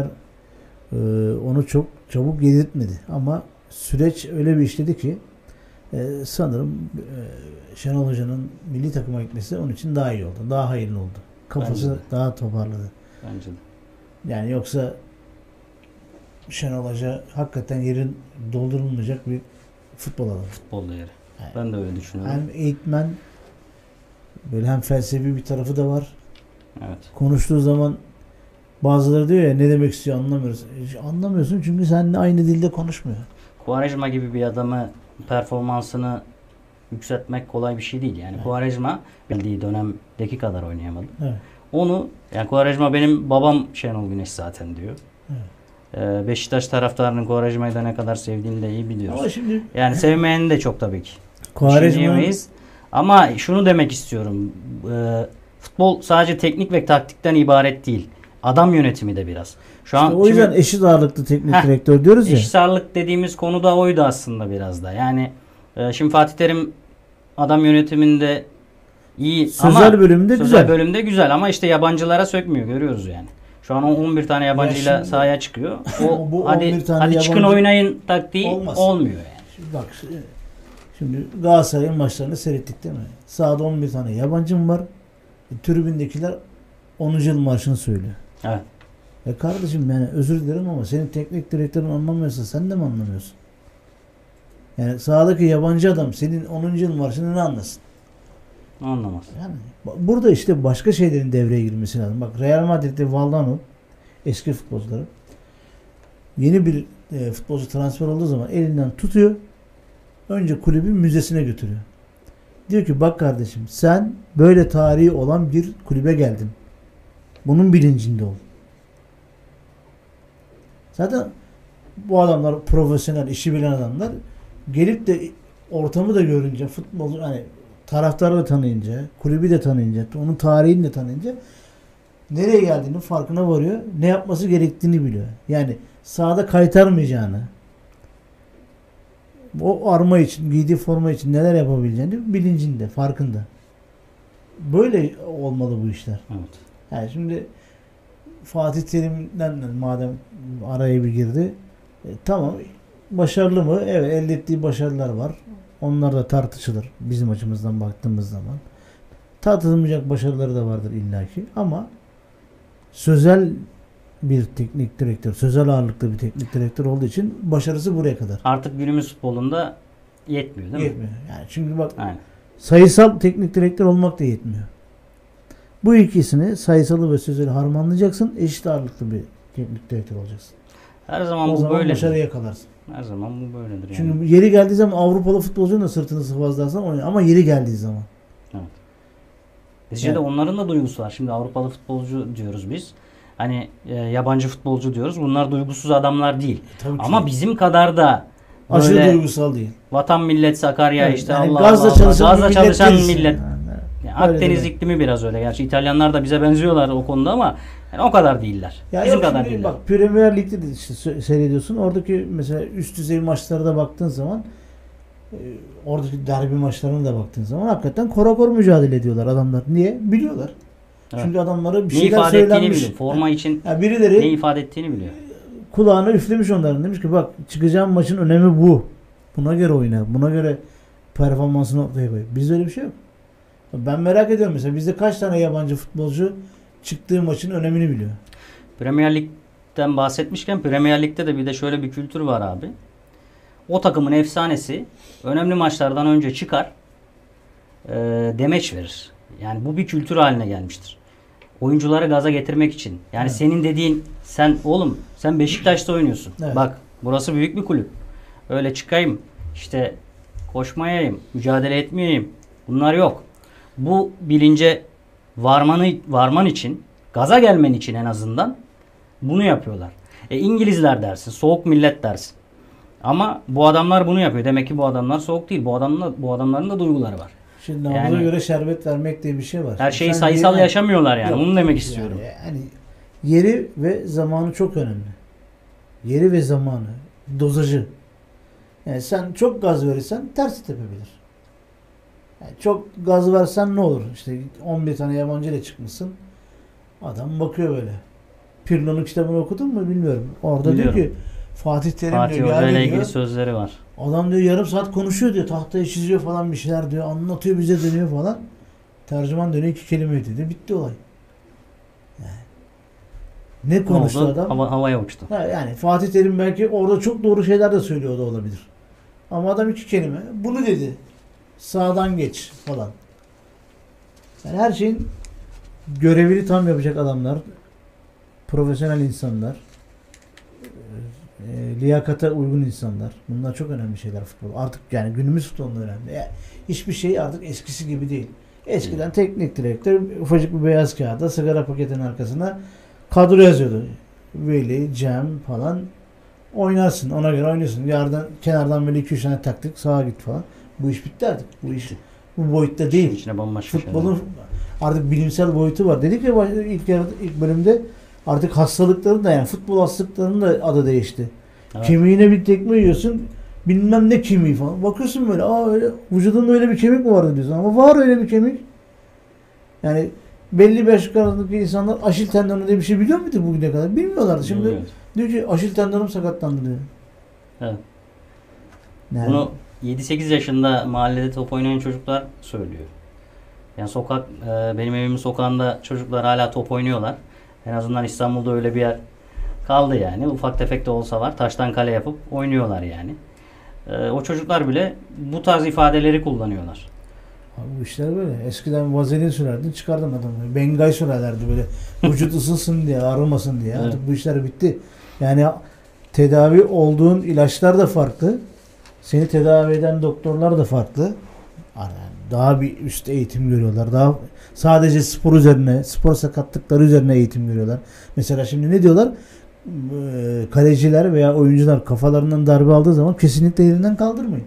onu çok çabuk yedirtmedi. Ama süreç öyle bir işledi ki sanırım Şenol Hoca'nın milli takıma gitmesi onun için daha iyi oldu. Daha hayırlı oldu. Kafası daha toparladı. Bence de. Yani yoksa Şenol Hoca hakikaten yerin doldurulmayacak bir futbol adamı. Futbol değeri. Yani Ben de öyle düşünüyorum. hem eğitmen böyle hem felsefi bir tarafı da var. Evet. Konuştuğu zaman bazıları diyor ya ne demek istiyor anlamıyoruz. Anlamıyorsun çünkü seninle aynı dilde konuşmuyor. Quaresma gibi bir adamı performansını yükseltmek kolay bir şey değil. Yani Evet. Quaresma bildiği dönemdeki kadar oynayamadı. Evet. Onu yani Quaresma benim babam Şenol Güneş zaten diyor. Beşiktaş taraftarının Quaresma'yı da ne kadar sevdiğini de iyi biliyoruz. Ama şimdi Yani sevmeyeni de çok tabii ki. Quaresma'nın Diyemeyiz. Ama şunu demek istiyorum. Futbol sadece teknik ve taktikten ibaret değil. Adam yönetimi de biraz. Şu an o yüzden şimdi eşit ağırlıklı teknik direktör diyoruz ya. eşit ağırlık dediğimiz konu da oydu aslında biraz da. Yani şimdi Fatih Terim adam yönetiminde iyi Sözel ama bölümde sözel güzel. bölümde güzel ama işte yabancılara sökmıyor, görüyoruz yani. Şu an 11 tane yabancıyla şimdi- sahaya çıkıyor. O Bu hadi 11 tane hadi çıkın yabancı- oynayın taktiği Olmaz. olmuyor yani. Şimdi bak şimdi Galatasaray'ın maçlarını seyrettik değil mi? Sahada 11 tane yabancım var. Tribündekiler 10. yıl marşını söylüyor. Evet. Kardeşim yani özür dilerim ama senin teknik direktörün anlamıyorsa sen de mi anlamıyorsun? Yani sahadaki yabancı adam senin 10. yıl marşını ne anlasın? Anlamaz. Yani burada işte başka şeylerin devreye girmesi lazım. Bak Real Madrid'de Valdano eski futbolcuları yeni bir futbolcu transfer olduğu zaman elinden tutuyor. Önce kulübün müzesine götürüyor. Diyor ki bak kardeşim sen böyle tarihi olan bir kulübe geldin. Bunun bilincinde ol. Zaten bu adamlar profesyonel, işi bilen adamlar gelip de ortamı da görünce futbolcu hani taraftarı da tanıyınca, kulübü de tanıyınca, onun tarihini de tanıyınca nereye geldiğinin farkına varıyor. Ne yapması gerektiğini biliyor. Yani sahada kaytarmayacağını, o arma için, giydiği forma için neler yapabileceğini bilincinde, farkında. Böyle olmalı bu işler. Evet. Yani şimdi Fatih Terim'den madem araya bir girdi. Tamam. Başarılı mı? Evet. Elde ettiği başarılar var. Onlar da tartışılır. Bizim açımızdan baktığımız zaman. Tartışılmayacak başarıları da vardır illaki. Ama sözel bir teknik direktör, sözel ağırlıklı bir teknik direktör olduğu için başarısı buraya kadar. Artık günümüz futbolunda yetmiyor değil mi? Yetmiyor. Yani çünkü bak Aynen. sayısal teknik direktör olmak da yetmiyor. Bu ikisini sayısalı ve sözeli harmanlayacaksın. Eşit ağırlıklı bir teknik direktör olacaksın. Her zaman O bu zaman böyledir. başarıya yakalarsın. Her zaman bu böyledir yani. Çünkü yeri geldiği zaman Avrupalı futbolcunun da sırtını sıvazlarsan oynuyor. Ama yeri geldiği zaman. Neticede Yani- onların da duygusu var. Şimdi Avrupalı futbolcu diyoruz biz. Hani yabancı futbolcu diyoruz. Bunlar duygusuz adamlar değil. Tabii ki Ama değil. bizim kadar da Aşırı böyle duygusal değil. vatan millet Sakarya Evet, işte yani Allah gazla Allah çalışan gazla bir çalışan değiliz. millet. Yani Yani öyle Akdeniz demek. iklimi biraz öyle. Gerçi İtalyanlar da bize benziyorlar o konuda ama yani o kadar değiller. Ya bizim yok kadar şimdi değiller. bak Premier Lig'de de işte seyrediyorsun. Oradaki mesela üst düzey maçlara da baktığın zaman oradaki derbi maçlarına da baktığın zaman hakikaten korakor mücadele ediyorlar adamlar. Niye? Biliyorlar. Evet. Çünkü adamlara bir Ne şeyler ifade ettiğini söylenmiş. biliyor. Forma için Yani birileri ne ifade ettiğini biliyor. kulağına üflemiş onların. Demiş ki bak çıkacağım maçın önemi bu. Buna göre oyna. Buna göre performansını ortaya koy. Bizde öyle bir şey yok. Ben merak ediyorum mesela bizde kaç tane yabancı futbolcu çıktığı maçın önemini biliyor. Premier Lig'den bahsetmişken Premier Lig'de de bir de şöyle bir kültür var abi. O takımın efsanesi önemli maçlardan önce çıkar, demeç verir. Yani bu bir kültür haline gelmiştir. Oyuncuları gaza getirmek için. Yani Evet. senin dediğin sen Beşiktaş'ta oynuyorsun. Evet. Bak burası büyük bir kulüp. Öyle çıkayım işte koşmayayım, mücadele etmeyeyim. Bunlar yok. Bu bilince varman için, gaza gelmen için en azından bunu yapıyorlar. İngilizler dersin, soğuk millet dersin. Ama bu adamlar bunu yapıyor. Demek ki bu adamlar soğuk değil. Bu adamların da duyguları var. Şimdi nabza Yani- göre şerbet vermek diye bir şey var. Her şeyi Sen sayısal diye- yaşamıyorlar yani. Yok, Bunu demek yani- istiyorum. Yani yeri ve zamanı çok önemli. Yeri ve zamanı. Dozajı. Yani sen çok gaz verirsen tersi tepebilir. Yani çok gaz versen ne olur? İşte 11 tane yabancı ile çıkmışsın. Adam bakıyor böyle. Pirlo'nun kitabını okudun mu bilmiyorum. Orada Biliyorum. diyor ki Fatih Terim Fatih diyor Hoca ile geldi ilgili diyor. sözleri var. Adam diyor yarım saat konuşuyor diyor. Tahtaya çiziyor falan bir şeyler diyor. Anlatıyor bize dönüyor falan. Tercüman dönüyor 2 kelime dedi. Bitti olay. Yani. Ne konuştu Ne oldu? adam? Havaya uçtu. Yani Fatih Terim belki orada çok doğru şeyler de söylüyor da olabilir. Ama adam 2 kelime. Bunu dedi. Sağdan geç falan. Yani her şeyin görevini tam yapacak adamlar. Profesyonel insanlar. Liyakata uygun insanlar. Bunlar çok önemli şeyler futbol. Artık yani günümüz futbolunda önemli. Yani hiçbir şey artık eskisi gibi değil. Eskiden teknik direktör ufacık bir beyaz kağıda sigara paketinin arkasına kadro yazıyordu. Veli, Cem falan oynarsın. Ona göre oynuyorsun. Yardan kenardan böyle 2-3 tane taktik sağa git falan. Bu iş bitti artık. Bu iş bu boyutta İşin değil. içine bambaşka şeyler. Futbolun artık bilimsel boyutu var. Dedik ya ilk bölümde artık hastalıkların da yani futbol hastalıklarının da adı değişti. Evet. Kemiğine bir tekme yiyorsun bilmem ne kemiği falan. Bakıyorsun böyle öyle, vücudunda öyle bir kemik mi vardı diyorsun ama var öyle bir kemik. Yani belli bir yaş arasındaki insanlar aşil tendonu diye bir şey biliyor muydu bugüne kadar? Bilmiyorlardı. Şimdi Bilmiyorum. diyor ki aşil tendonum sakatlandı diyor. Evet. Yani, Bunu 7-8 yaşında mahallede top oynayan çocuklar söylüyor. Yani benim evimin sokağında çocuklar hala top oynuyorlar. En azından İstanbul'da öyle bir yer kaldı yani. Ufak tefek de olsa var. Taştan kale yapıp oynuyorlar yani. O çocuklar bile bu tarz ifadeleri kullanıyorlar. abi bu işler böyle. Eskiden vazelin sürerdin çıkardın adamı. Bengay sürerlerdi böyle. Vücut ısınsın diye, ağrımasın diye. Evet. Artık bu işler bitti. Yani tedavi olduğun ilaçlar da farklı. Seni tedavi eden doktorlar da farklı. Yani daha bir üst eğitim görüyorlar. Daha sadece spor üzerine, spor sakatlıkları üzerine eğitim görüyorlar. Mesela şimdi ne diyorlar? Kaleciler veya oyuncular kafalarından darbe aldığı zaman kesinlikle yerinden kaldırmayın.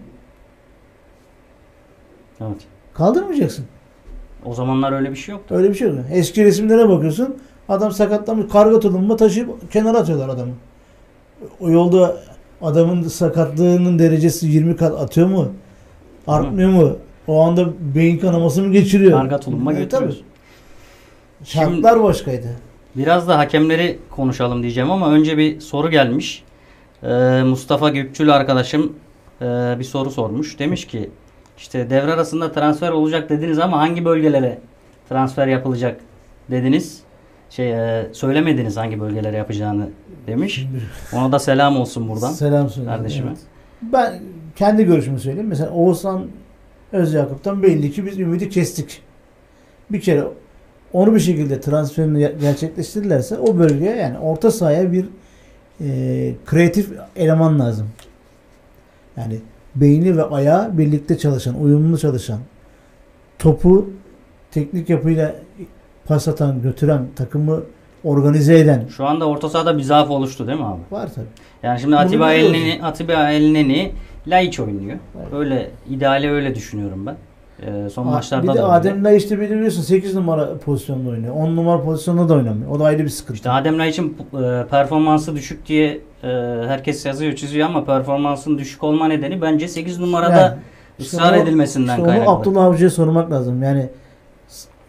Evet. Kaldırmayacaksın. O zamanlar öyle bir şey yoktu. Öyle bir şey yok. Eski resimlere bakıyorsun. Adam sakatlanmış. Karga tulumba taşıyıp kenara atıyorlar adamı. O yolda adamın sakatlığının derecesi 20 kat atıyor mu? Artmıyor mu? O anda beyin kanaması mı geçiriyor? Karga tulumba götürüyor. Tabii. Şartlar başkaydı. Biraz da hakemleri konuşalım diyeceğim ama önce bir soru gelmiş. Mustafa Gökçül arkadaşım bir soru sormuş. Demiş ki işte devre arasında transfer olacak dediniz ama hangi bölgelere transfer yapılacak dediniz? Söylemediniz hangi bölgelere yapacağını demiş. Ona da selam olsun buradan Selam söyle. kardeşime. Evet. Ben kendi görüşümü söyleyeyim. Mesela Oğuzhan Özyakup'tan belli ki biz ümidi kestik. Bir kere onu bir şekilde transferini gerçekleştirirlerse o bölgeye yani orta sahaya bir kreatif eleman lazım. Yani beyni ve ayağı birlikte çalışan, uyumlu çalışan, topu teknik yapıyla pas atan, götüren, takımı organize eden Şu anda orta sahada bir zaaf oluştu değil mi abi? var tabii. Yani şimdi Bunu biliyoruz. Atiba Elneni Laiç oynuyor. Evet. Öyle ideali öyle düşünüyorum ben. Son maçlarda Bir da de öyle. Adem Laiç işte biliyorsun 8 numara pozisyonda oynuyor. 10 numara pozisyonda da oynamıyor. O da ayrı bir sıkıntı. İşte Adem Laiç'in performansı düşük diye herkes yazıyor çiziyor ama performansın düşük olma nedeni bence 8 numarada Yani, işte ısrar o- edilmesinden işte kaynaklı. onu Abdullah Avcı'ya sormak lazım. Yani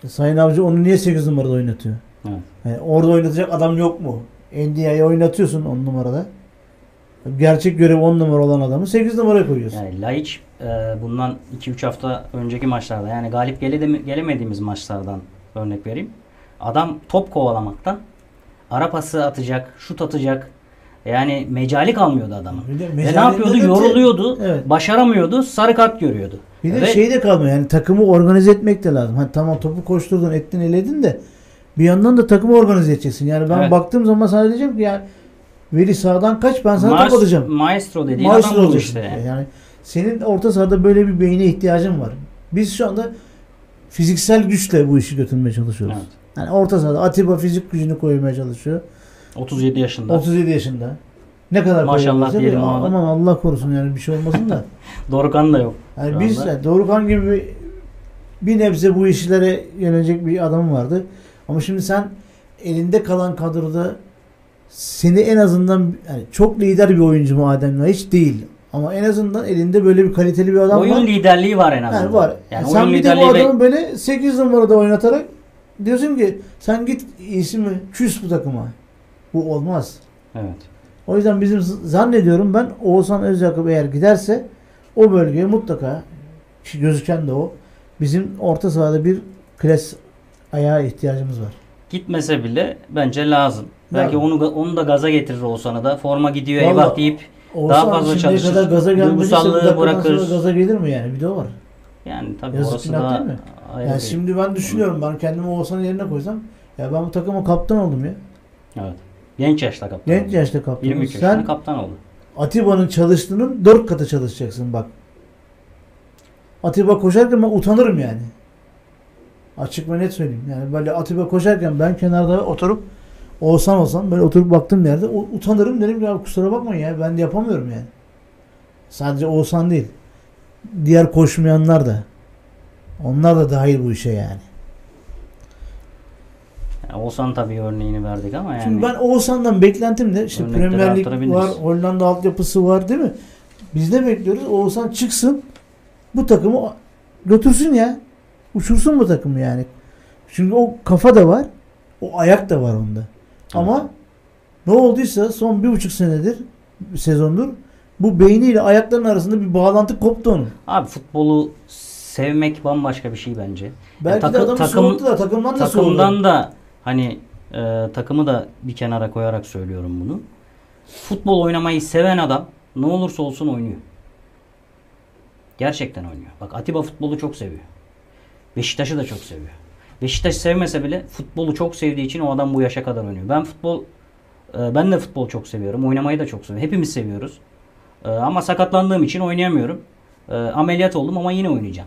Sayın Avcı onu niye 8 numarada oynatıyor? Evet. Yani orada oynatacak adam yok mu? Ndiaye'yi oynatıyorsun 10 numarada. Gerçek görevi 10 numara olan adamı 8 numaraya koyuyorsun. Yani Laiç bundan 2-3 hafta önceki maçlarda, yani galip gelemediğimiz maçlardan örnek vereyim. Adam top kovalamakta, ara pası atacak, şut atacak. Yani mecali kalmıyordu adamın. Bir de Ve ne yapıyordu? mecalinde de- Yoruluyordu, Evet. başaramıyordu, sarı kart görüyordu. Bir de Ve şey de kalmıyor. Yani takımı organize etmek de lazım. Hani tamam topu koşturdun, ettin, eledin de bir yandan da takımı organize edeceksin. Yani ben Evet. baktığım zaman sana diyeceğim ki ya Veli sağdan kaç, ben sana top atacağım. Maestro dediğin Maestro adam bu olacaksın. işte. Yani senin orta sahada böyle bir beyne ihtiyacın var. Biz şu anda fiziksel güçle bu işi götürmeye çalışıyoruz. Evet. Yani orta sahada Atiba fizik gücünü koymaya çalışıyor. 37 yaşında. 37 yaşında. Ne kadar Maşallah koyabilecek? diyelim abi. Aman Allah korusun yani bir şey olmasın da. Dorukhan da yok. Yani şu biz anda. yani Dorukhan gibi bir nebze bu işlere yönelecek bir adam vardı. Ama şimdi sen elinde kalan kadroda seni en azından yani çok lider bir oyuncu mu Adem'le hiç değil. Ama en azından elinde böyle bir kaliteli bir adam Oyun var. liderliği var en azından. Yani var. Yani Sen oyun bir de bu liderliği adamı böyle 8 numarada oynatarak diyorsun ki sen git iyisi mi küs bu takıma. Bu olmaz. Evet. O yüzden bizim zannediyorum ben Oğuzhan Özyakup eğer giderse o bölgeye mutlaka ki gözüken de o. Bizim orta sahada bir klas ayağa ihtiyacımız var. Gitmese bile bence lazım. Belki Lazım. onu da gaza getirir Oğuzhan'a da. Forma gidiyor Vallahi eyvah deyip Oğuzhan daha fazla şimdiye çalışır. kadar gaza gelmediyse bu Duygusallığı dakikadan bırakır. sonra gaza gelir mi yani? Bir de o var. Yani tabii Yazık orası günah da değil mi? ayrı Yani bir- şimdi ben düşünüyorum, ben kendimi Oğuzhan'ın yerine koysam ya ben bu takıma kaptan oldum ya. Evet. Genç yaşta kaptan. Genç oldu. yaşta kaptan. 23 yaşında Sen kaptan oldu. Atiba'nın çalıştığının 4 katı çalışacaksın bak. Atiba koşarken ben utanırım yani. Açık ve net söyleyeyim. Yani böyle Atiba koşarken ben kenarda oturup Oğuzhan olsam böyle oturup baktığım yerde utanırım, derim ki ya kusura bakmayın ya ben de yapamıyorum yani. Sadece Oğuzhan değil. Diğer koşmayanlar da. Onlar da dahil bu işe yani. Yani Oğuzhan tabii örneğini verdik ama yani. Şimdi ben Oğuzhan'dan beklentim de işte Örnekleri Premier Lig arttırabiliriz. var, Hollanda altyapısı var değil mi? Biz ne bekliyoruz? Oğuzhan çıksın, bu takımı götürsün ya. Uçursun bu takımı yani. Çünkü o kafa da var, o ayak da var onda. Ama ne olduysa son 1,5 senedir, sezondur bu beyniyle ayaklarının arasında bir bağlantı koptu onun. Abi futbolu sevmek bambaşka bir şey bence. Belki Yani de adamı soğuttular, takımdan da soğudu. takımdan da hani takımı da bir kenara koyarak söylüyorum bunu. Futbol oynamayı seven adam ne olursa olsun oynuyor. Gerçekten oynuyor. Bak Atiba futbolu çok seviyor. Beşiktaş'ı da çok seviyor. Beşiktaş sevmese bile futbolu çok sevdiği için o adam bu yaşa kadar oynuyor. Ben de futbol çok seviyorum. Oynamayı da çok seviyorum. Hepimiz seviyoruz. Ama sakatlandığım için oynayamıyorum. Ameliyat oldum ama yine oynayacağım.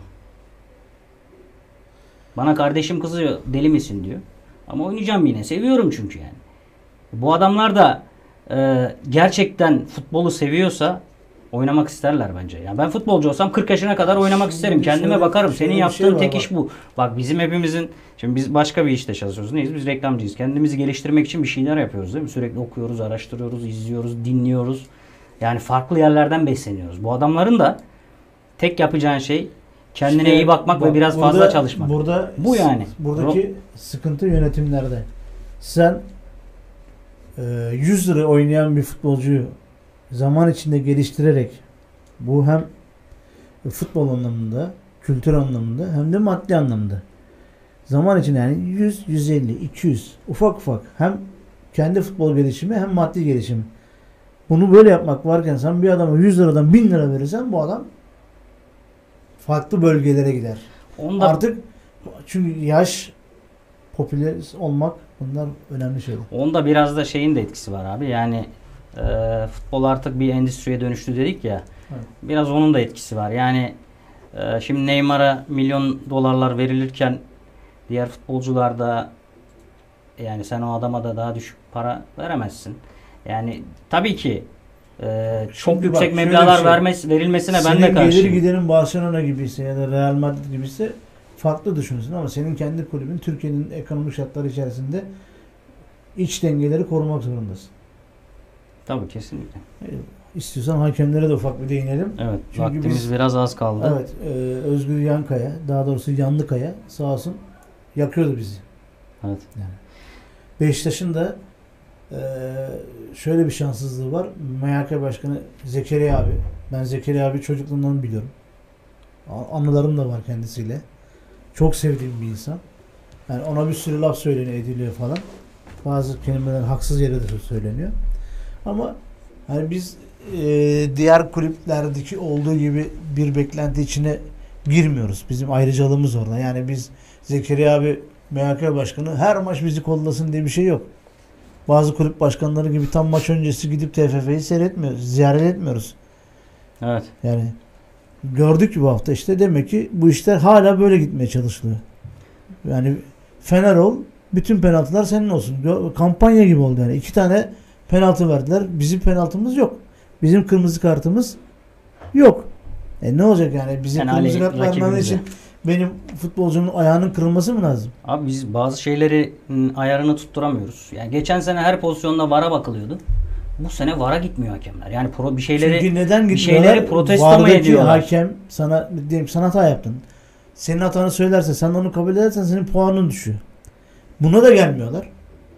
Bana kardeşim kızıyor, deli misin diyor. Ama oynayacağım yine. Seviyorum çünkü yani. Bu adamlar da gerçekten futbolu seviyorsa oynamak isterler bence. Yani ben futbolcu olsam 40 yaşına kadar oynamak isterim. Kendime şöyle- bakarım. şöyle Senin bir şey yaptığın var tek bak. iş bu. Bak bizim hepimizin, şimdi biz başka bir işte çalışıyoruz. Neyiz? Biz reklamcıyız. Kendimizi geliştirmek için bir şeyler yapıyoruz değil mi? Sürekli okuyoruz, araştırıyoruz, izliyoruz, dinliyoruz. Yani farklı yerlerden besleniyoruz. Bu adamların da tek yapacağın şey kendine İşte iyi bakmak bak ve biraz burada- fazla çalışmak. Burada Bu yani. Buradaki sıkıntı yönetimlerde. Sen 100 lira oynayan bir futbolcuyu zaman içinde geliştirerek, bu hem futbol anlamında, kültür anlamında hem de maddi anlamda. Zaman için yani 100, 150, 200 ufak ufak hem kendi futbol gelişimi hem maddi gelişimi. Bunu böyle yapmak varken sen bir adama 100 liradan 1000 lira verirsen bu adam farklı bölgelere gider. Onda Artık çünkü yaş, popüler olmak, bunlar önemli şeyler. Onda biraz da şeyin de etkisi var abi. Yani futbol artık bir endüstriye dönüştü dedik ya. Evet. Biraz onun da etkisi var. Yani şimdi Neymar'a milyon dolarlar verilirken diğer futbolcular da, yani sen o adama da daha düşük para veremezsin. Yani tabii ki çok Şimdi yüksek bak, şöyle meblağlar bir şey. verilmesine ben Senin de gelir karşıyım. giderin Barcelona gibiyse ya da Real Madrid gibiyse farklı düşünsün ama senin kendi kulübün Türkiye'nin ekonomik şartları içerisinde iç dengeleri korumak zorundasın. Tabii kesinlikle. İstiyorsan hakemlere de ufak bir değinelim. Evet. Çünkü Vaktimiz biz- biraz az kaldı. Evet, Özgür Yankaya, daha doğrusu Yanlıkaya sağ olsun yakıyordu bizi. Evet. Beşiktaş'ın da şöyle bir şanssızlığı var. MHK Başkanı Zekeriya abi. Ben Zekeriya abi çocukluğumdan biliyorum. Anılarım da var kendisiyle. Çok sevdiğim bir insan. Yani ona bir sürü laf söyleniyor, ediliyor falan. Bazı kelimeler haksız yere de söyleniyor. Ama hani biz diğer kulüplerdeki olduğu gibi bir beklenti içine girmiyoruz. Bizim ayrıcalığımız orada. Yani biz Zekeriya abi MHK Başkanı her maç bizi kollasın diye bir şey yok. Bazı kulüp başkanları gibi tam maç öncesi gidip TFF'yi seyretmiyoruz, ziyaret etmiyoruz. Evet. Yani gördük bu hafta işte demek ki bu işler hala böyle gitmeye çalışılıyor. Yani Fener ol, bütün penaltılar senin olsun. Kampanya gibi oldu yani. 2 tane penaltı verdiler. Bizim penaltımız yok. Bizim kırmızı kartımız yok. Ne olacak yani? Bizim Yani kırmızı kart vermem için benim futbolcumun ayağının kırılması mı lazım? Abi biz bazı şeyleri ayarını tutturamıyoruz. Yani geçen sene her pozisyonda VAR'a bakılıyordu. Bu sene VAR'a gitmiyor hakemler. Yani bir şeyleri çünkü neden bir şeyleri protesto mu Vardaki ediyorlar? hakem sana diyelim sen hata yaptın. Senin hatanı söylerse, sen onu kabul edersen senin puanın düşüyor. Buna da gelmiyorlar.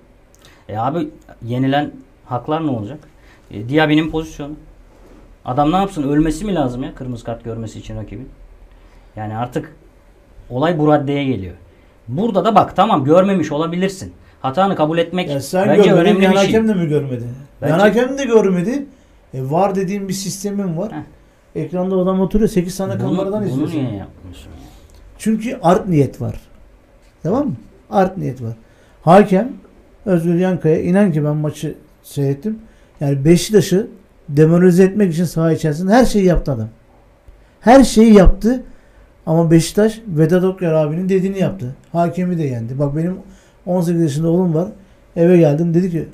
Abi yenilen haklar ne olacak? Diaby'nin pozisyonu. Adam ne yapsın? Ölmesi mi lazım ya kırmızı kart görmesi için rakibin? Yani artık olay bu raddeye geliyor. Burada da bak tamam görmemiş olabilirsin. Hatanı kabul etmek bence önemli bir şey. Hakem de mi görmedi? Yan hakem de görmedi. Var dediğim bir sistemim var. Ekranda adam oturuyor 8 tane kameradan izliyorsun. Bunu niye yapmıyorsun? Çünkü art niyet var. Tamam mı? Art niyet var. Hakem Özgür Yankaya inan ki ben maçı seyrettim. Yani Beşiktaş'ı demoralize etmek için saha içerisinde her şeyi yaptı adam. Her şeyi yaptı. Ama Beşiktaş Vedat Okyar abinin dediğini yaptı. Hakemi de yendi. Bak benim 18 yaşında oğlum var. Eve geldim dedi ki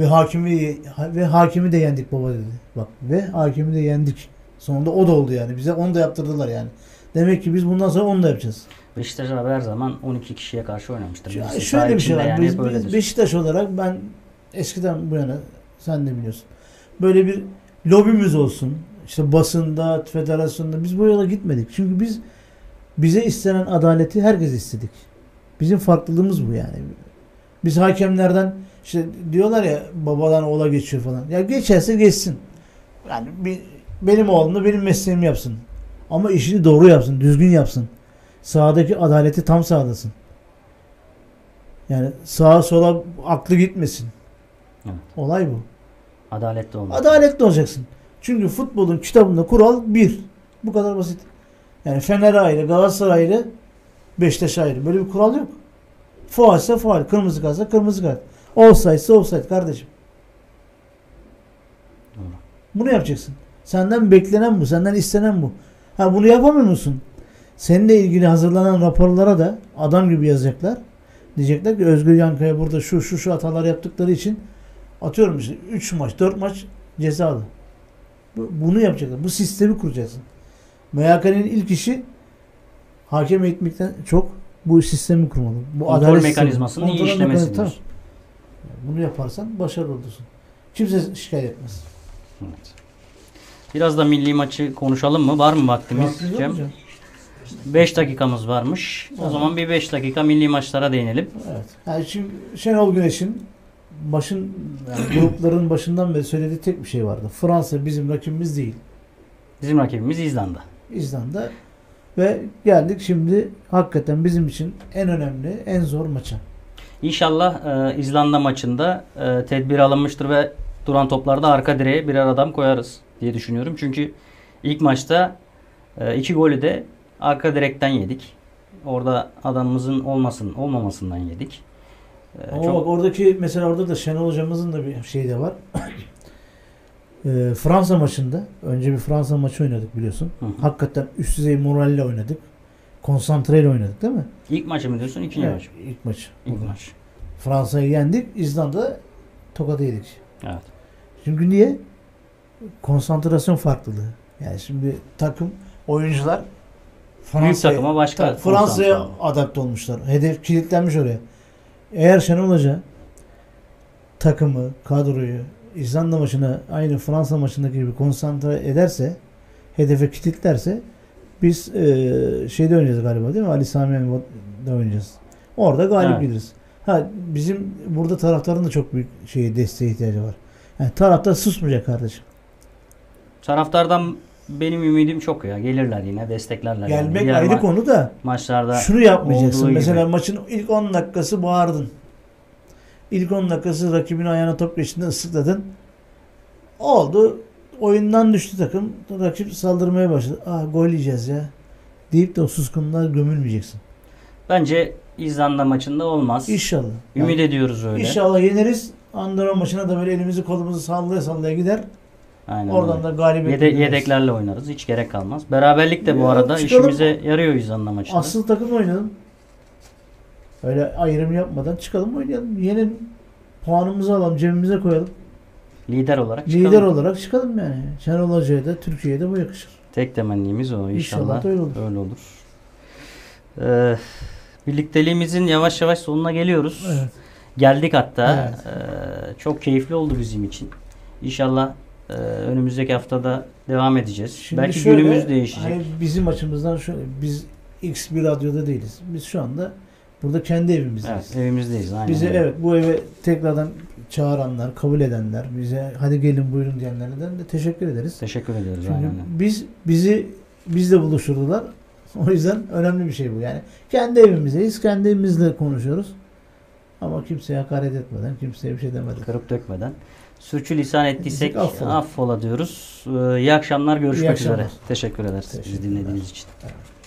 ve hakemi de yendik baba dedi. Bak ve hakemi de yendik. Sonunda o da oldu yani. Bize onu da yaptırdılar yani. Demek ki biz bundan sonra onu da yapacağız. Beşiktaş abi her zaman 12 kişiye karşı oynamıştır. Ya şöyle bir şey var. Yani biz Beşiktaş olarak ben eskiden bu yana sen de biliyorsun. Böyle bir lobimiz olsun. İşte basında, federasyonda biz bu yola gitmedik. Çünkü bize istenen adaleti herkes istedik. Bizim farklılığımız bu yani. Biz hakemlerden işte diyorlar ya babadan oğula geçiyor falan. Ya geçerse geçsin. Yani benim oğlum da benim mesleğimi yapsın. Ama işini doğru yapsın, düzgün yapsın. Sahadaki adaleti tam sağlasın. Yani sağa sola aklı gitmesin. Evet. Olay bu. Adaletli olmak. Adaletli olacaksın. Çünkü futbolun kitabında kural 1. Bu kadar basit. Yani Fener ayrı, Galatasaray ayrı, Beşiktaş ayrı. Böyle bir kural yok. Faul ise faul, kırmızı kartsa kırmızı kart. Offside ise offside kardeşim. Doğru. Bunu yapacaksın. Senden beklenen bu, senden istenen bu. Ha bunu yapamıyor musun? Seninle ilgili hazırlanan raporlara da adam gibi yazacaklar. Diyecekler ki Özgür Yankaya burada şu hatalar yaptıkları için atıyorum işte 3 maç 4 maç cezalı. Bunu yapacaklar. Bu sistemi kuracaksın. MHK'nin ilk işi hakem eğitmekten çok bu sistemi kurmalı. Bu kontrol mekanizmasının iyi işlemesi. Bunu yaparsan başarılı olursun. Kimse şikayet etmez. Evet. Biraz da milli maçı konuşalım mı? Var mı vaktimiz? 5 dakikamız varmış. O zaman bir 5 dakika milli maçlara değinelim. Evet. Yani şimdi Şenol Güneş'in grupların başından beri söylediği tek bir şey vardı. Fransa bizim rakibimiz değil. Bizim rakibimiz İzlanda. İzlanda. Ve geldik şimdi hakikaten bizim için en önemli, en zor maça. İnşallah İzlanda maçında tedbir alınmıştır ve duran toplarda arka direğe birer adam koyarız diye düşünüyorum. Çünkü ilk maçta 2 golü de arka direkten yedik. Orada adamımızın olmamasından yedik. Ama bak oradaki mesela orada da Şenol hocamızın da bir şeyi de var. Fransa maçında önce bir Fransa maçı oynadık biliyorsun. Hı hı. Hakikaten üst düzey moralle oynadık. Konsantreyle oynadık değil mi? İlk maçı mı diyorsun? İkinci maç. İlk maç. İlk maç. Fransa'yı yendik. İzlanda'da tokadı yedik. Evet. Çünkü niye? Konsantrasyon farklılığı. Yani şimdi oyuncular Büyük takıma başka Fransa'ya adapte olmuşlar. Hedef kilitlenmiş oraya. Eğer Şenol Hoca takımı, kadroyu İzlanda maçına aynı Fransa maçındaki gibi konsantre ederse, hedefe kilitlerse biz şeyde oynayacağız galiba değil mi? Ali Sami Yen'de oynayacağız. Orada galip Evet. geliriz. Ha, bizim burada taraftarın da çok büyük desteğe ihtiyacı var. Yani taraftar susmayacak kardeşim. Taraftardan benim ümidim çok ya. Gelirler yine, desteklerler. Gelmek Diğer ayrı konu da maçlarda şunu yapmayacaksın. olduğu Mesela gibi. maçın ilk 10 dakikası bağırdın. İlk 10 dakikası rakibin ayağına top geçtiğinde ıslıkladın. Oldu. Oyundan düştü takım. Rakip saldırmaya başladı. Gol yiyeceğiz ya. Deyip de o suskunluğa gömülmeyeceksin. Bence İzlanda maçında olmaz. İnşallah. Ümit ediyoruz öyle. İnşallah yeneriz. Andorra maçına da böyle elimizi kolumuzu sallaya sallaya gider. Aynen Oradan öyle. da galibiyet geliriz. Yedeklerle oynarız. Hiç gerek kalmaz. Beraberlik de bu Ya, arada çıkalım. işimize yarıyor İzlanda maçında. Asıl takım oynayalım. Öyle ayrım yapmadan çıkalım oynayalım. Yenelim. Puanımızı alalım. Cebimize koyalım. Lider olarak çıkalım. Lider olarak çıkalım yani. Şenol Hoca'ya da Türkiye'ye de bu yakışır. Tek temennimiz o. İnşallah da öyle olur. öyle olur. Birlikteliğimizin yavaş yavaş sonuna geliyoruz. Evet. Geldik hatta. Evet. Çok keyifli oldu bizim için. İnşallah önümüzdeki haftada devam edeceğiz. Şimdi Belki şöyle, günümüz değişecek. hani bizim açımızdan şöyle, biz X bir radyoda değiliz. Biz şu anda burada kendi evimizdeyiz. Evet, evimizdeyiz. Aynen Bize öyle. bu eve tekrardan çağıranlar, kabul edenler, bize hadi gelin buyurun diyenlerden de teşekkür ederiz. Teşekkür ediyoruz. Çünkü Aynen öyle. bizle buluşturdular. O yüzden önemli bir şey bu. Yani kendi evimizdeyiz, kendi evimizle konuşuyoruz. Ama kimseye hakaret etmeden, kimseye bir şey demeden. Kırıp dökmeden. Sürçülisan ettiysek Affola. affola diyoruz. İyi akşamlar. Görüşmek akşamlar. üzere. Teşekkür ederiz bizi Teşekkürler. dinlediğiniz için. Evet.